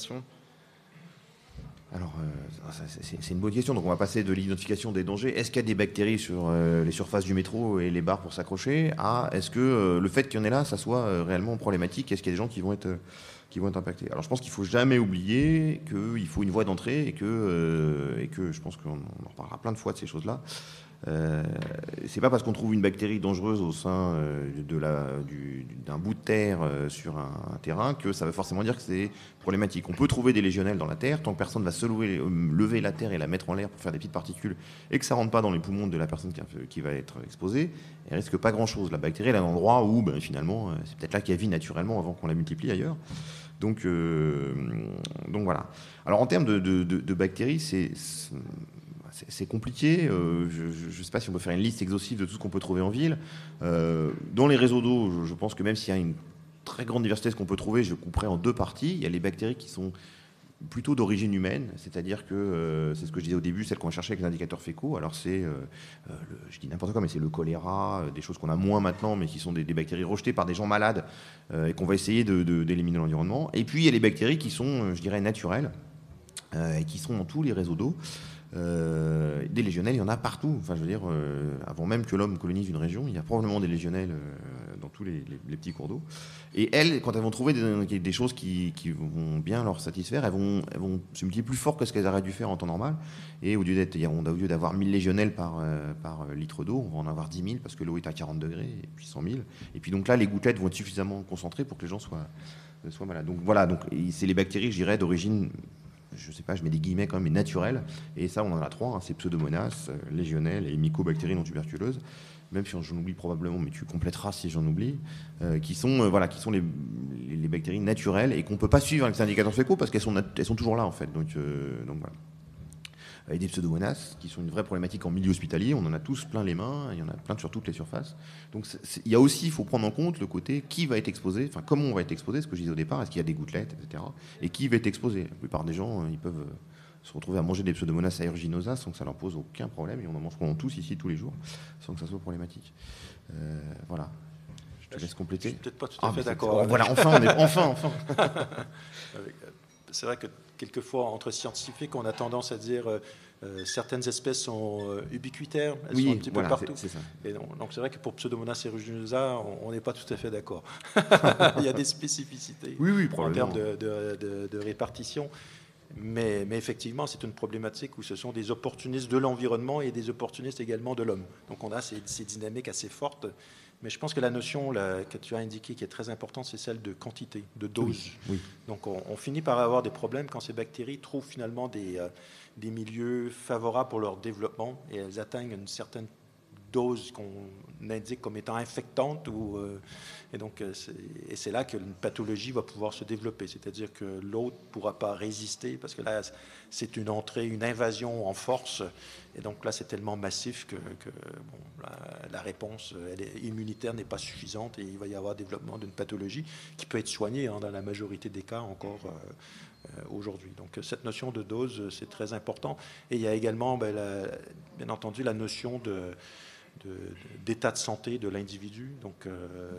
Alors, euh, ça, c'est, c'est une bonne question. Donc, on va passer de l'identification des dangers. Est-ce qu'il y a des bactéries sur euh, les surfaces du métro et les barres pour s'accrocher à est-ce que euh, le fait qu'il y en ait là, ça soit euh, réellement problématique ? Est-ce qu'il y a des gens qui vont être, euh, qui vont être impactés ? Alors, je pense qu'il ne faut jamais oublier qu'il faut une voie d'entrée et que, euh, et que je pense qu'on on en reparlera plein de fois de ces choses-là. Euh, c'est pas parce qu'on trouve une bactérie dangereuse au sein euh, de la, du, d'un bout de terre euh, sur un, un terrain que ça veut forcément dire que c'est problématique. On peut trouver des légionnelles dans la terre tant que personne va se lever, euh, lever la terre et la mettre en l'air pour faire des petites particules et que ça rentre pas dans les poumons de la personne qui, a, qui va être exposée. Elle risque pas grand-chose. La bactérie elle est à un endroit où ben, finalement euh, c'est peut-être là qu'elle vit naturellement avant qu'on la multiplie ailleurs. Donc, euh, donc voilà. Alors en termes de, de, de, de bactéries, c'est, c'est c'est compliqué. Euh, je ne sais pas si on peut faire une liste exhaustive de tout ce qu'on peut trouver en ville. Euh, dans les réseaux d'eau, je, je pense que même s'il y a une très grande diversité de ce qu'on peut trouver, je couperai en deux parties. Il y a les bactéries qui sont plutôt d'origine humaine, c'est-à-dire que, euh, c'est ce que je disais au début, celles qu'on va chercher avec les indicateurs fécaux. Alors c'est, euh, le, je dis n'importe quoi, mais c'est le choléra, euh, des choses qu'on a moins maintenant, mais qui sont des, des bactéries rejetées par des gens malades euh, et qu'on va essayer de, de, d'éliminer dans l'environnement. Et puis il y a les bactéries qui sont, je dirais, naturelles euh, et qui sont dans tous les réseaux d'eau. Euh, des légionnelles, il y en a partout. Enfin, je veux dire, euh, avant même que l'homme colonise une région, il y a probablement des légionnelles euh, dans tous les, les, les petits cours d'eau. Et elles, quand elles vont trouver des, des choses qui, qui vont bien leur satisfaire, elles vont, elles vont se multiplier plus fort que ce qu'elles auraient dû faire en temps normal. Et au lieu, d'être, on a, au lieu d'avoir mille légionnelles par, euh, par litre d'eau, on va en avoir dix mille parce que l'eau est à quarante degrés, et puis cent mille. Et puis donc là, les gouttelettes vont être suffisamment concentrées pour que les gens soient, soient malades. Donc voilà, donc, c'est les bactéries, je dirais, d'origine... je sais pas, je mets des guillemets quand même, mais naturels. Et ça, on en a trois, hein, c'est Pseudomonas, euh, Légionelles et Mycobactéries non tuberculeuses. Même si j'en oublie probablement, mais tu compléteras si j'en oublie, euh, qui sont, euh, voilà, qui sont les, les, les bactéries naturelles et qu'on ne peut pas suivre avec les indicateurs fécaux parce qu'elles sont, elles sont toujours là, en fait. Donc, euh, donc voilà. Et des Pseudomonas, qui sont une vraie problématique en milieu hospitalier. On en a tous plein les mains, il y en a plein sur toutes les surfaces. Donc c'est, c'est, il y a aussi, il faut prendre en compte le côté qui va être exposé, enfin comment on va être exposé, ce que je disais au départ, est-ce qu'il y a des gouttelettes, et cetera. Et qui va être exposé. La plupart des gens, ils peuvent se retrouver à manger des Pseudomonas aeruginosa sans que ça leur pose aucun problème, et on en mange tous ici tous les jours, sans que ça soit problématique. Euh, voilà. Je te laisse compléter. Je suis peut-être pas tout à ah, fait c'est, d'accord. oh, voilà, enfin, on est, enfin, enfin. C'est vrai que quelquefois, entre scientifiques, on a tendance à dire euh, euh, certaines espèces sont euh, ubiquitaires, elles oui, sont un petit voilà, peu partout. C'est, c'est ça. Et donc, donc c'est vrai que pour Pseudomonas aeruginosa, on n'est pas tout à fait d'accord. Il y a des spécificités oui, oui, en termes de, de, de, de répartition. Mais, mais effectivement, c'est une problématique où ce sont des opportunistes de l'environnement et des opportunistes également de l'homme. Donc on a ces, ces dynamiques assez fortes. Mais je pense que la notion là, que tu as indiquée qui est très importante, c'est celle de quantité, de dose. Oui, oui. Donc on, on finit par avoir des problèmes quand ces bactéries trouvent finalement des, euh, des milieux favorables pour leur développement et elles atteignent une certaine dose qu'on indique comme étant infectante. Ou, euh, et donc c'est, et c'est là qu'une pathologie va pouvoir se développer. C'est-à-dire que l'autre ne pourra pas résister parce que là, c'est une entrée, une invasion en force. Et donc là, c'est tellement massif que, que bon, la, la réponse elle est, immunitaire n'est pas suffisante et il va y avoir développement d'une pathologie qui peut être soignée hein, dans la majorité des cas encore euh, euh, aujourd'hui. Donc cette notion de dose, c'est très important. Et il y a également, ben, la, bien entendu, la notion de, de, d'état de santé de l'individu. Donc... Euh,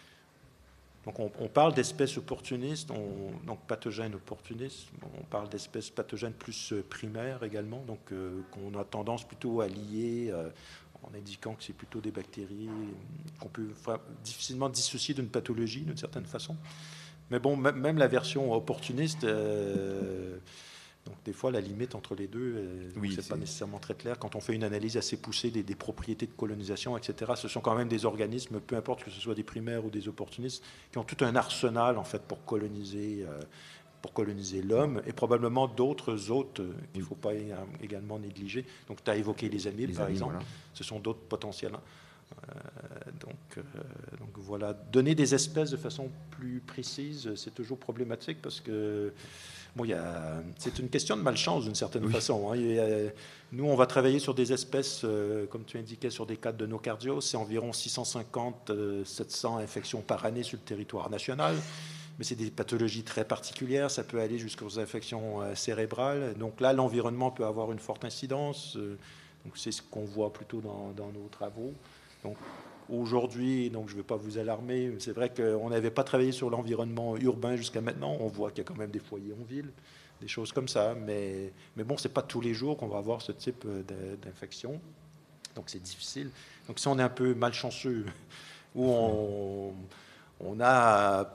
Donc on, on parle d'espèces opportunistes, on, donc pathogènes opportunistes, on parle d'espèces pathogènes plus primaires également, donc euh, qu'on a tendance plutôt à lier euh, en indiquant que c'est plutôt des bactéries qu'on peut difficilement dissocier d'une pathologie d'une certaine façon. Mais bon, même, même la version opportuniste, euh, donc des fois la limite entre les deux, euh, oui, c'est, c'est pas nécessairement très clair. Quand on fait une analyse assez poussée des, des propriétés de colonisation, et cetera, ce sont quand même des organismes, peu importe que ce soit des primaires ou des opportunistes, qui ont tout un arsenal en fait pour coloniser, euh, pour coloniser l'homme et probablement d'autres hôtes euh, qu'il ne faut pas également négliger. Donc tu as évoqué les amibles, les par amibles, exemple, voilà. Ce sont d'autres potentiels Euh, donc, euh, donc voilà, donner des espèces de façon plus précise, c'est toujours problématique parce que bon, il y a, c'est une question de malchance d'une certaine Oui. façon. Hein. Il y a, nous, on va travailler sur des espèces, euh, comme tu indiquais, sur des cas de nocardiose. C'est environ six cent cinquante, sept cents infections par année sur le territoire national. Mais c'est des pathologies très particulières. Ça peut aller jusqu'aux infections euh, cérébrales. Donc là, l'environnement peut avoir une forte incidence. Euh, donc c'est ce qu'on voit plutôt dans, dans nos travaux. Donc aujourd'hui, donc je ne veux pas vous alarmer, c'est vrai qu'on n'avait pas travaillé sur l'environnement urbain jusqu'à maintenant. On voit qu'il y a quand même des foyers en ville, des choses comme ça. Mais, mais bon, ce n'est pas tous les jours qu'on va avoir ce type d'infection. Donc c'est difficile. Donc si on est un peu malchanceux, où on, on a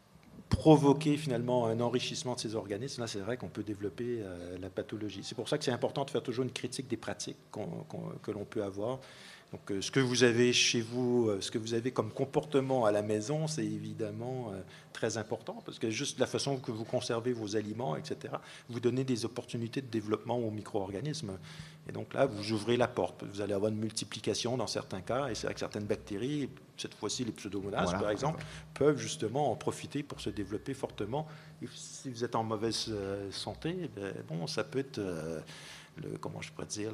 provoquer finalement un enrichissement de ces organismes, là c'est vrai qu'on peut développer euh, la pathologie. C'est pour ça que c'est important de faire toujours une critique des pratiques qu'on, qu'on, que l'on peut avoir. Donc euh, ce que vous avez chez vous, euh, ce que vous avez comme comportement à la maison, c'est évidemment euh, très important parce que juste la façon que vous conservez vos aliments, et cetera, vous donnez des opportunités de développement aux micro-organismes. Et donc là, vous ouvrez la porte. Vous allez avoir une multiplication dans certains cas, et c'est vrai que certaines bactéries, cette fois-ci les pseudomonas Voilà, par exemple, peuvent justement en profiter pour se développer fortement. Et si vous êtes en mauvaise euh, santé, ben, bon, ça peut être... Euh, Le, comment je pourrais dire,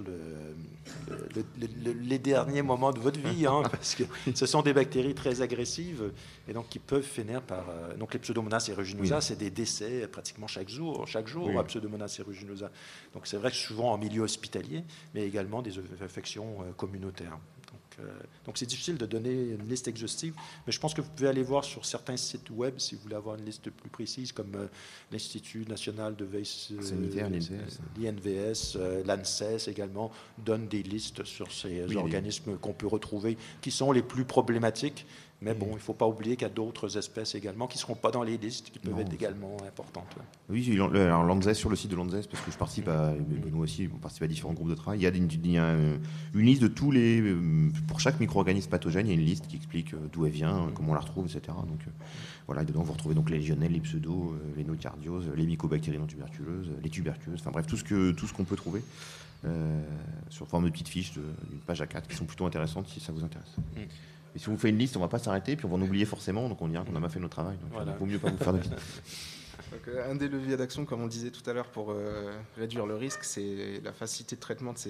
le, le, le, le, les derniers moments de votre vie, hein, parce que ce sont des bactéries très agressives et donc qui peuvent finir par... Euh, donc les Pseudomonas aeruginosa, oui. C'est des décès pratiquement chaque jour, chaque jour oui. à Pseudomonas aeruginosa. Donc c'est vrai que souvent en milieu hospitalier, mais également des infections euh, communautaires. Donc, euh, donc c'est difficile de donner une liste exhaustive, mais je pense que vous pouvez aller voir sur certains sites web si vous voulez avoir une liste plus précise, comme euh, l'Institut national de veille euh, sanitaire, l'I N V S, l'I N V S euh, l'ANSES également, donne des listes sur ces oui, organismes oui. qu'on peut retrouver, qui sont les plus problématiques. Mais bon, il ne faut pas oublier qu'il y a d'autres espèces également qui ne seront pas dans les listes, qui peuvent non, être également importantes. Ouais. Oui, alors l'ANSES, sur le site de l'ANSES, parce que je participe à, nous aussi, on participe à différents groupes de travail, il y a, une, il y a une liste de tous les... Pour chaque micro-organisme pathogène, il y a une liste qui explique d'où elle vient, comment on la retrouve, et cetera. Donc voilà, et dedans, vous retrouvez donc les légionelles, les pseudos, les nocardioses, les mycobactéries non tuberculeuses, les tuberculeuses, enfin bref, tout ce, que, tout ce qu'on peut trouver euh, sur forme de petites fiches d'une page A quatre qui sont plutôt intéressantes si ça vous intéresse. Mm. Et si on vous fait une liste, on ne va pas s'arrêter, puis on va en oublier forcément, donc on dira qu'on n'a pas fait notre travail. Donc voilà. Il vaut mieux pas vous faire de liste. Donc, euh, un des leviers d'action, comme on disait tout à l'heure, pour euh, réduire le risque, c'est la facilité de traitement de ces,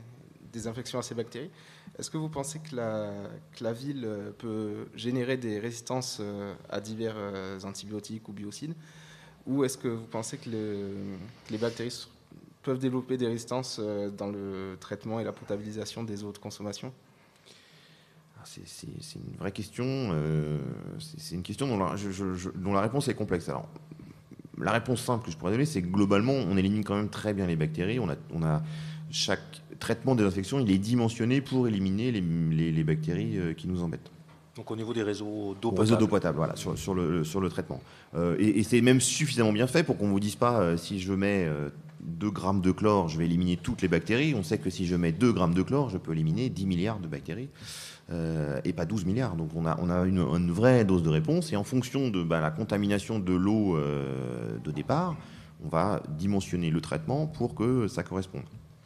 des infections à ces bactéries. Est-ce que vous pensez que la, que la ville peut générer des résistances à divers euh, antibiotiques ou biocides, ou est-ce que vous pensez que, le, que les bactéries peuvent développer des résistances dans le traitement et la potabilisation des eaux de consommation ? C'est, c'est, c'est une vraie question. Euh, c'est, c'est une question dont la, je, je, dont la réponse est complexe. Alors, la réponse simple que je pourrais donner, c'est que globalement, on élimine quand même très bien les bactéries. On a, on a chaque traitement des infections, il est dimensionné pour éliminer les, les, les bactéries euh, qui nous embêtent. Donc au niveau des réseaux d'eau potable. Réseau d'eau potable, voilà, sur, sur, le, sur le traitement. Euh, et, et c'est même suffisamment bien fait pour qu'on ne vous dise pas euh, si je mets euh, deux grammes de chlore, je vais éliminer toutes les bactéries. On sait que si je mets deux grammes de chlore, je peux éliminer dix milliards de bactéries. Euh, et pas douze milliards. Donc on a, on a une, une vraie dose de réponse, et en fonction de bah, la contamination de l'eau euh, de départ, on va dimensionner le traitement pour que ça corresponde.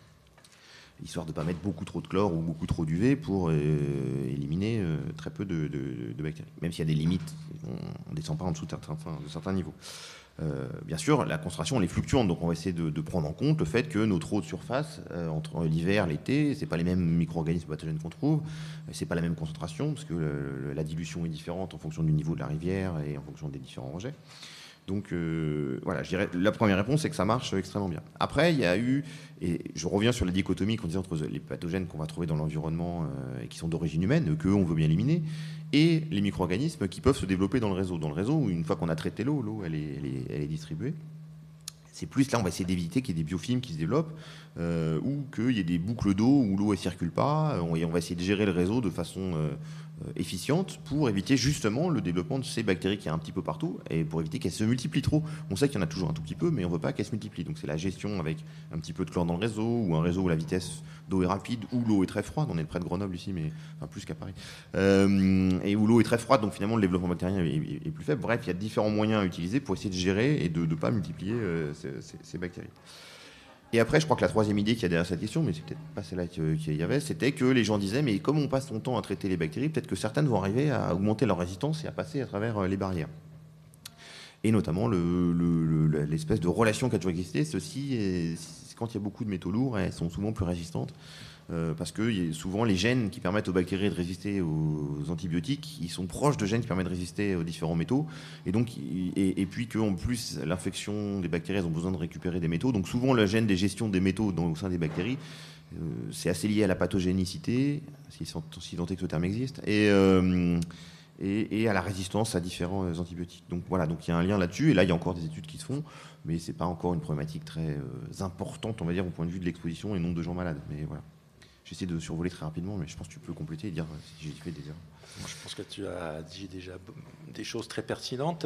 Histoire de ne pas mettre beaucoup trop de chlore ou beaucoup trop d'U V pour euh, éliminer euh, très peu de, de, de bactéries. Même s'il y a des limites, on ne descend pas en dessous de certains, de certains niveaux. Euh, bien sûr, la concentration elle est fluctuante, donc on va essayer de, de prendre en compte le fait que notre eau de surface, euh, entre l'hiver, l'été, c'est pas les mêmes micro-organismes pathogènes qu'on trouve, c'est pas la même concentration, parce que le, la dilution est différente en fonction du niveau de la rivière et en fonction des différents rejets. Donc euh, voilà, je dirais, la première réponse, c'est que ça marche extrêmement bien. Après, il y a eu, et je reviens sur la dichotomie qu'on disait entre les pathogènes qu'on va trouver dans l'environnement euh, et qui sont d'origine humaine, qu'eux, on veut bien éliminer, et les micro-organismes qui peuvent se développer dans le réseau. Dans le réseau, une fois qu'on a traité l'eau, l'eau, elle est, elle est, elle est distribuée. C'est plus là, on va essayer d'éviter qu'il y ait des biofilms qui se développent euh, ou qu'il y ait des boucles d'eau où l'eau ne circule pas. On, et on va essayer de gérer le réseau de façon euh, efficiente pour éviter justement le développement de ces bactéries qu'il y a un petit peu partout et pour éviter qu'elles se multiplient trop. On sait qu'il y en a toujours un tout petit peu, mais on ne veut pas qu'elles se multiplient. Donc c'est la gestion avec un petit peu de chlore dans le réseau ou un réseau où la vitesse d'eau est rapide, où l'eau est très froide. On est près de Grenoble ici, mais enfin, plus qu'à Paris. Euh, et où l'eau est très froide, donc finalement le développement bactérien est, est, est plus faible. Bref, il y a différents moyens à utiliser pour essayer de gérer et de ne pas multiplier euh, ces, ces, ces bactéries. Et après, je crois que la troisième idée qu'il y a derrière cette question, mais c'est peut-être pas celle-là qu'il y avait, c'était que les gens disaient, mais comme on passe son temps à traiter les bactéries, peut-être que certaines vont arriver à augmenter leur résistance et à passer à travers les barrières. Et notamment le, le, le, l'espèce de relation qui a toujours existé, ceci, quand il y a beaucoup de métaux lourds, elles sont souvent plus résistantes. Euh, parce que y a souvent les gènes qui permettent aux bactéries de résister aux antibiotiques, ils sont proches de gènes qui permettent de résister aux différents métaux, et donc et, et puis qu'en plus l'infection des bactéries, elles ont besoin de récupérer des métaux. Donc souvent le gène des gestions des métaux dans, au sein des bactéries, euh, c'est assez lié à la pathogénicité, si, si tant est que ce terme existe, et, euh, et, et à la résistance à différents antibiotiques. Donc voilà, donc il y a un lien là-dessus, et là il y a encore des études qui se font, mais c'est pas encore une problématique très euh, importante, on va dire, au point de vue de l'exposition et nombre de gens malades. Mais voilà. J'essaie de survoler très rapidement, mais je pense que tu peux compléter et dire si j'ai fait des erreurs. Je pense que tu as dit déjà des choses très pertinentes,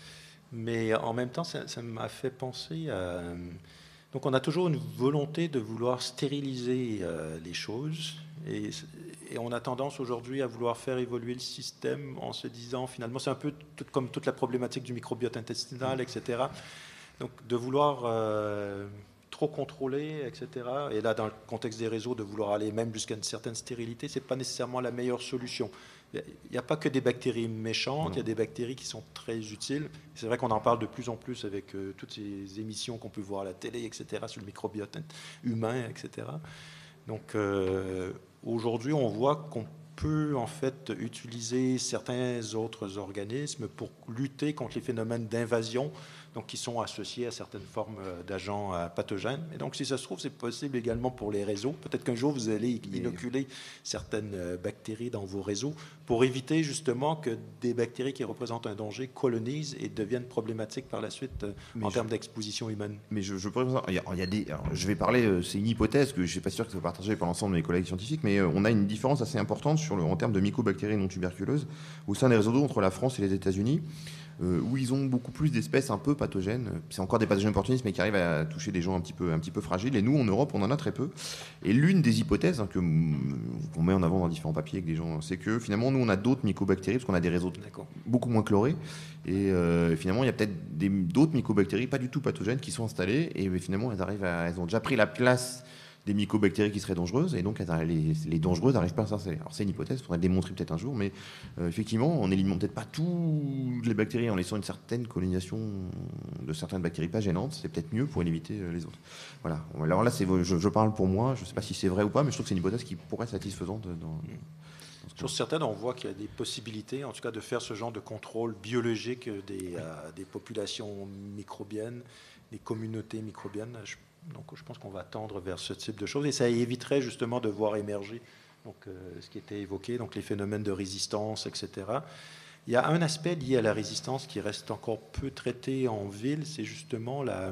mais en même temps, ça, ça m'a fait penser à... Donc on a toujours une volonté de vouloir stériliser euh, les choses, et, et on a tendance aujourd'hui à vouloir faire évoluer le système en se disant, finalement, c'est un peu tout, comme toute la problématique du microbiote intestinal, et cetera. Donc de vouloir... Euh, trop contrôlé, et cetera. Et là, dans le contexte des réseaux, de vouloir aller même jusqu'à une certaine stérilité, c'est pas nécessairement la meilleure solution. Il n'y a pas que des bactéries méchantes, il y a des bactéries qui sont très utiles. C'est vrai qu'on en parle de plus en plus avec euh, toutes ces émissions qu'on peut voir à la télé, et cetera, sur le microbiote humain, et cetera. Donc, euh, aujourd'hui, on voit qu'on peut en fait utiliser certains autres organismes pour lutter contre les phénomènes d'invasion, donc qui sont associés à certaines formes d'agents pathogènes. Et donc, si ça se trouve, c'est possible également pour les réseaux. Peut-être qu'un jour, vous allez inoculer certaines bactéries dans vos réseaux pour éviter justement que des bactéries qui représentent un danger colonisent et deviennent problématiques par la suite mais en je, termes d'exposition humaine. Mais je, je pourrais il y a, il y a des, alors, je vais parler, c'est une hypothèse que je ne suis pas sûr que ça soit partagée par l'ensemble de mes collègues scientifiques, mais on a une différence assez importante sur le, en termes de mycobactéries non tuberculeuses au sein des réseaux d'eau entre la France et les États-Unis. Euh, où ils ont beaucoup plus d'espèces un peu pathogènes. C'est encore des pathogènes opportunistes, mais qui arrivent à toucher des gens un petit peu, un petit peu fragiles. Et nous, en Europe, on en a très peu. Et l'une des hypothèses hein, que, qu'on met en avant dans différents papiers avec des gens, c'est que finalement, nous, on a d'autres mycobactéries, parce qu'on a des réseaux D'accord. beaucoup moins chlorés. Et euh, finalement, il y a peut-être des, d'autres mycobactéries, pas du tout pathogènes, qui sont installées. Et finalement, elles, arrivent à, elles ont déjà pris la place des mycobactéries qui seraient dangereuses, et donc les, les dangereuses n'arrivent pas à s'installer. Alors c'est une hypothèse, il faudrait démontrer peut-être un jour, mais euh, effectivement, on n'élimine peut-être pas toutes les bactéries en laissant une certaine colonisation de certaines bactéries pas gênantes, c'est peut-être mieux pour éviter euh, les autres. Voilà. Alors là, c'est, je, je parle pour moi, je ne sais pas si c'est vrai ou pas, mais je trouve que c'est une hypothèse qui pourrait être satisfaisante. Dans, dans Sur certaines, on voit qu'il y a des possibilités, en tout cas, de faire ce genre de contrôle biologique des, euh, des populations microbiennes, des communautés microbiennes. Je, Donc je pense qu'on va tendre vers ce type de choses et ça éviterait justement de voir émerger donc, euh, ce qui était évoqué, donc les phénomènes de résistance, et cetera. Il y a un aspect lié à la résistance qui reste encore peu traité en ville, c'est justement la,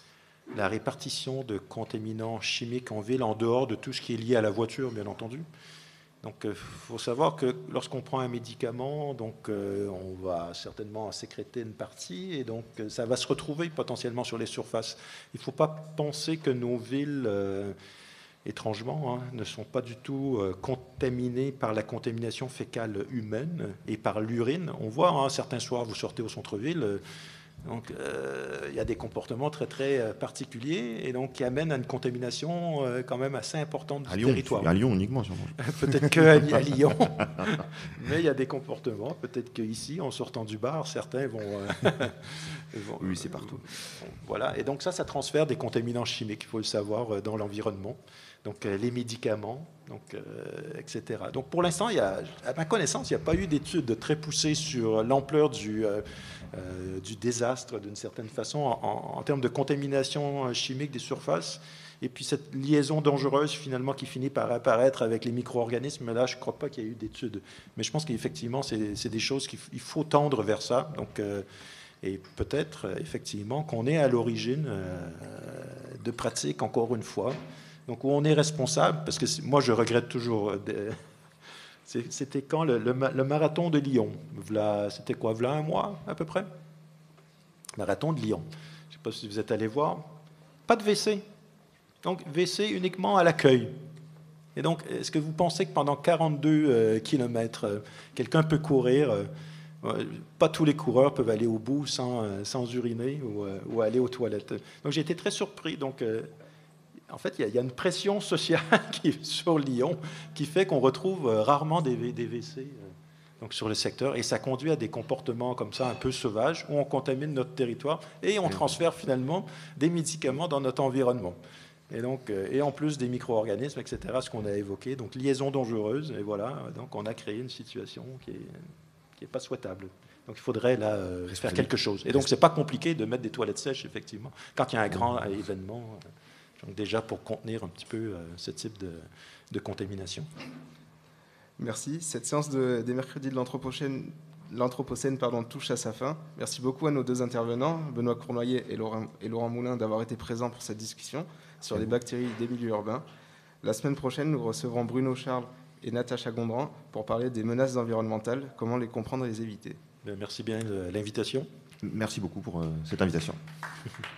la répartition de contaminants chimiques en ville en dehors de tout ce qui est lié à la voiture, bien entendu. Donc, il euh, faut savoir que lorsqu'on prend un médicament, donc, euh, on va certainement sécréter une partie et donc euh, ça va se retrouver potentiellement sur les surfaces. Il ne faut pas penser que nos villes, euh, étrangement, hein, ne sont pas du tout euh, contaminées par la contamination fécale humaine et par l'urine. On voit, hein, certains soirs, vous sortez au centre-ville, euh, donc euh, il y a des comportements très très particuliers et donc qui amènent à une contamination euh, quand même assez importante du à Lyon, territoire. À Lyon uniquement, sûrement. Peut-être qu'à à Lyon, mais il y a des comportements. Peut-être qu'ici, en sortant du bar, certains vont. Euh, vont oui, c'est partout. Euh, voilà, et donc ça, ça transfère des contaminants chimiques, il faut le savoir, euh, dans l'environnement. Donc euh, les médicaments, donc, euh, et cetera. Donc pour l'instant, il y a, à ma connaissance, il n'y a pas eu d'études très poussées sur l'ampleur du, euh, euh, du désastre, d'une certaine façon, en, en termes de contamination chimique des surfaces. Et puis cette liaison dangereuse, finalement, qui finit par apparaître avec les micro-organismes, là, je ne crois pas qu'il y ait eu d'études. Mais je pense qu'effectivement, c'est, c'est des choses qu'il faut tendre vers ça. Donc, euh, et peut-être, effectivement, qu'on est à l'origine euh, de pratiques, encore une fois, donc où on est responsable, parce que moi je regrette toujours. De, c'était quand le, le, le marathon de Lyon, voilà, c'était quoi, voilà un mois à peu près, marathon de Lyon. Je ne sais pas si vous êtes allé voir. Pas de W C. Donc W C uniquement à l'accueil. Et donc, est-ce que vous pensez que pendant quarante-deux euh, kilomètres, euh, quelqu'un peut courir euh, pas tous les coureurs peuvent aller au bout sans, euh, sans uriner ou, euh, ou aller aux toilettes. Donc j'ai été très surpris. Donc euh, en fait, il y, a, il y a une pression sociale qui est sur Lyon qui fait qu'on retrouve rarement des, des W C euh, donc sur le secteur, et ça conduit à des comportements comme ça un peu sauvages où on contamine notre territoire et on transfère finalement des médicaments dans notre environnement. Et, donc, euh, et en plus des micro-organismes, et cetera, ce qu'on a évoqué, donc liaison dangereuse, et voilà, donc on a créé une situation qui n'est qui est pas souhaitable. Donc il faudrait là euh, faire quelque chose. Et donc c'est pas compliqué de mettre des toilettes sèches, effectivement, quand il y a un grand événement, euh, donc déjà pour contenir un petit peu euh, ce type de, de contamination. Merci. Cette séance de, des mercredis de l'Anthropocène, l'Anthropocène pardon, touche à sa fin. Merci beaucoup à nos deux intervenants, Benoît Cournoyer et Laurent, et Laurent Moulin, d'avoir été présents pour cette discussion sur les bactéries des milieux urbains. La semaine prochaine, nous recevrons Bruno Charles et Natacha Gondran pour parler des menaces environnementales, comment les comprendre et les éviter. Merci bien de l'invitation. Merci beaucoup pour euh, cette invitation.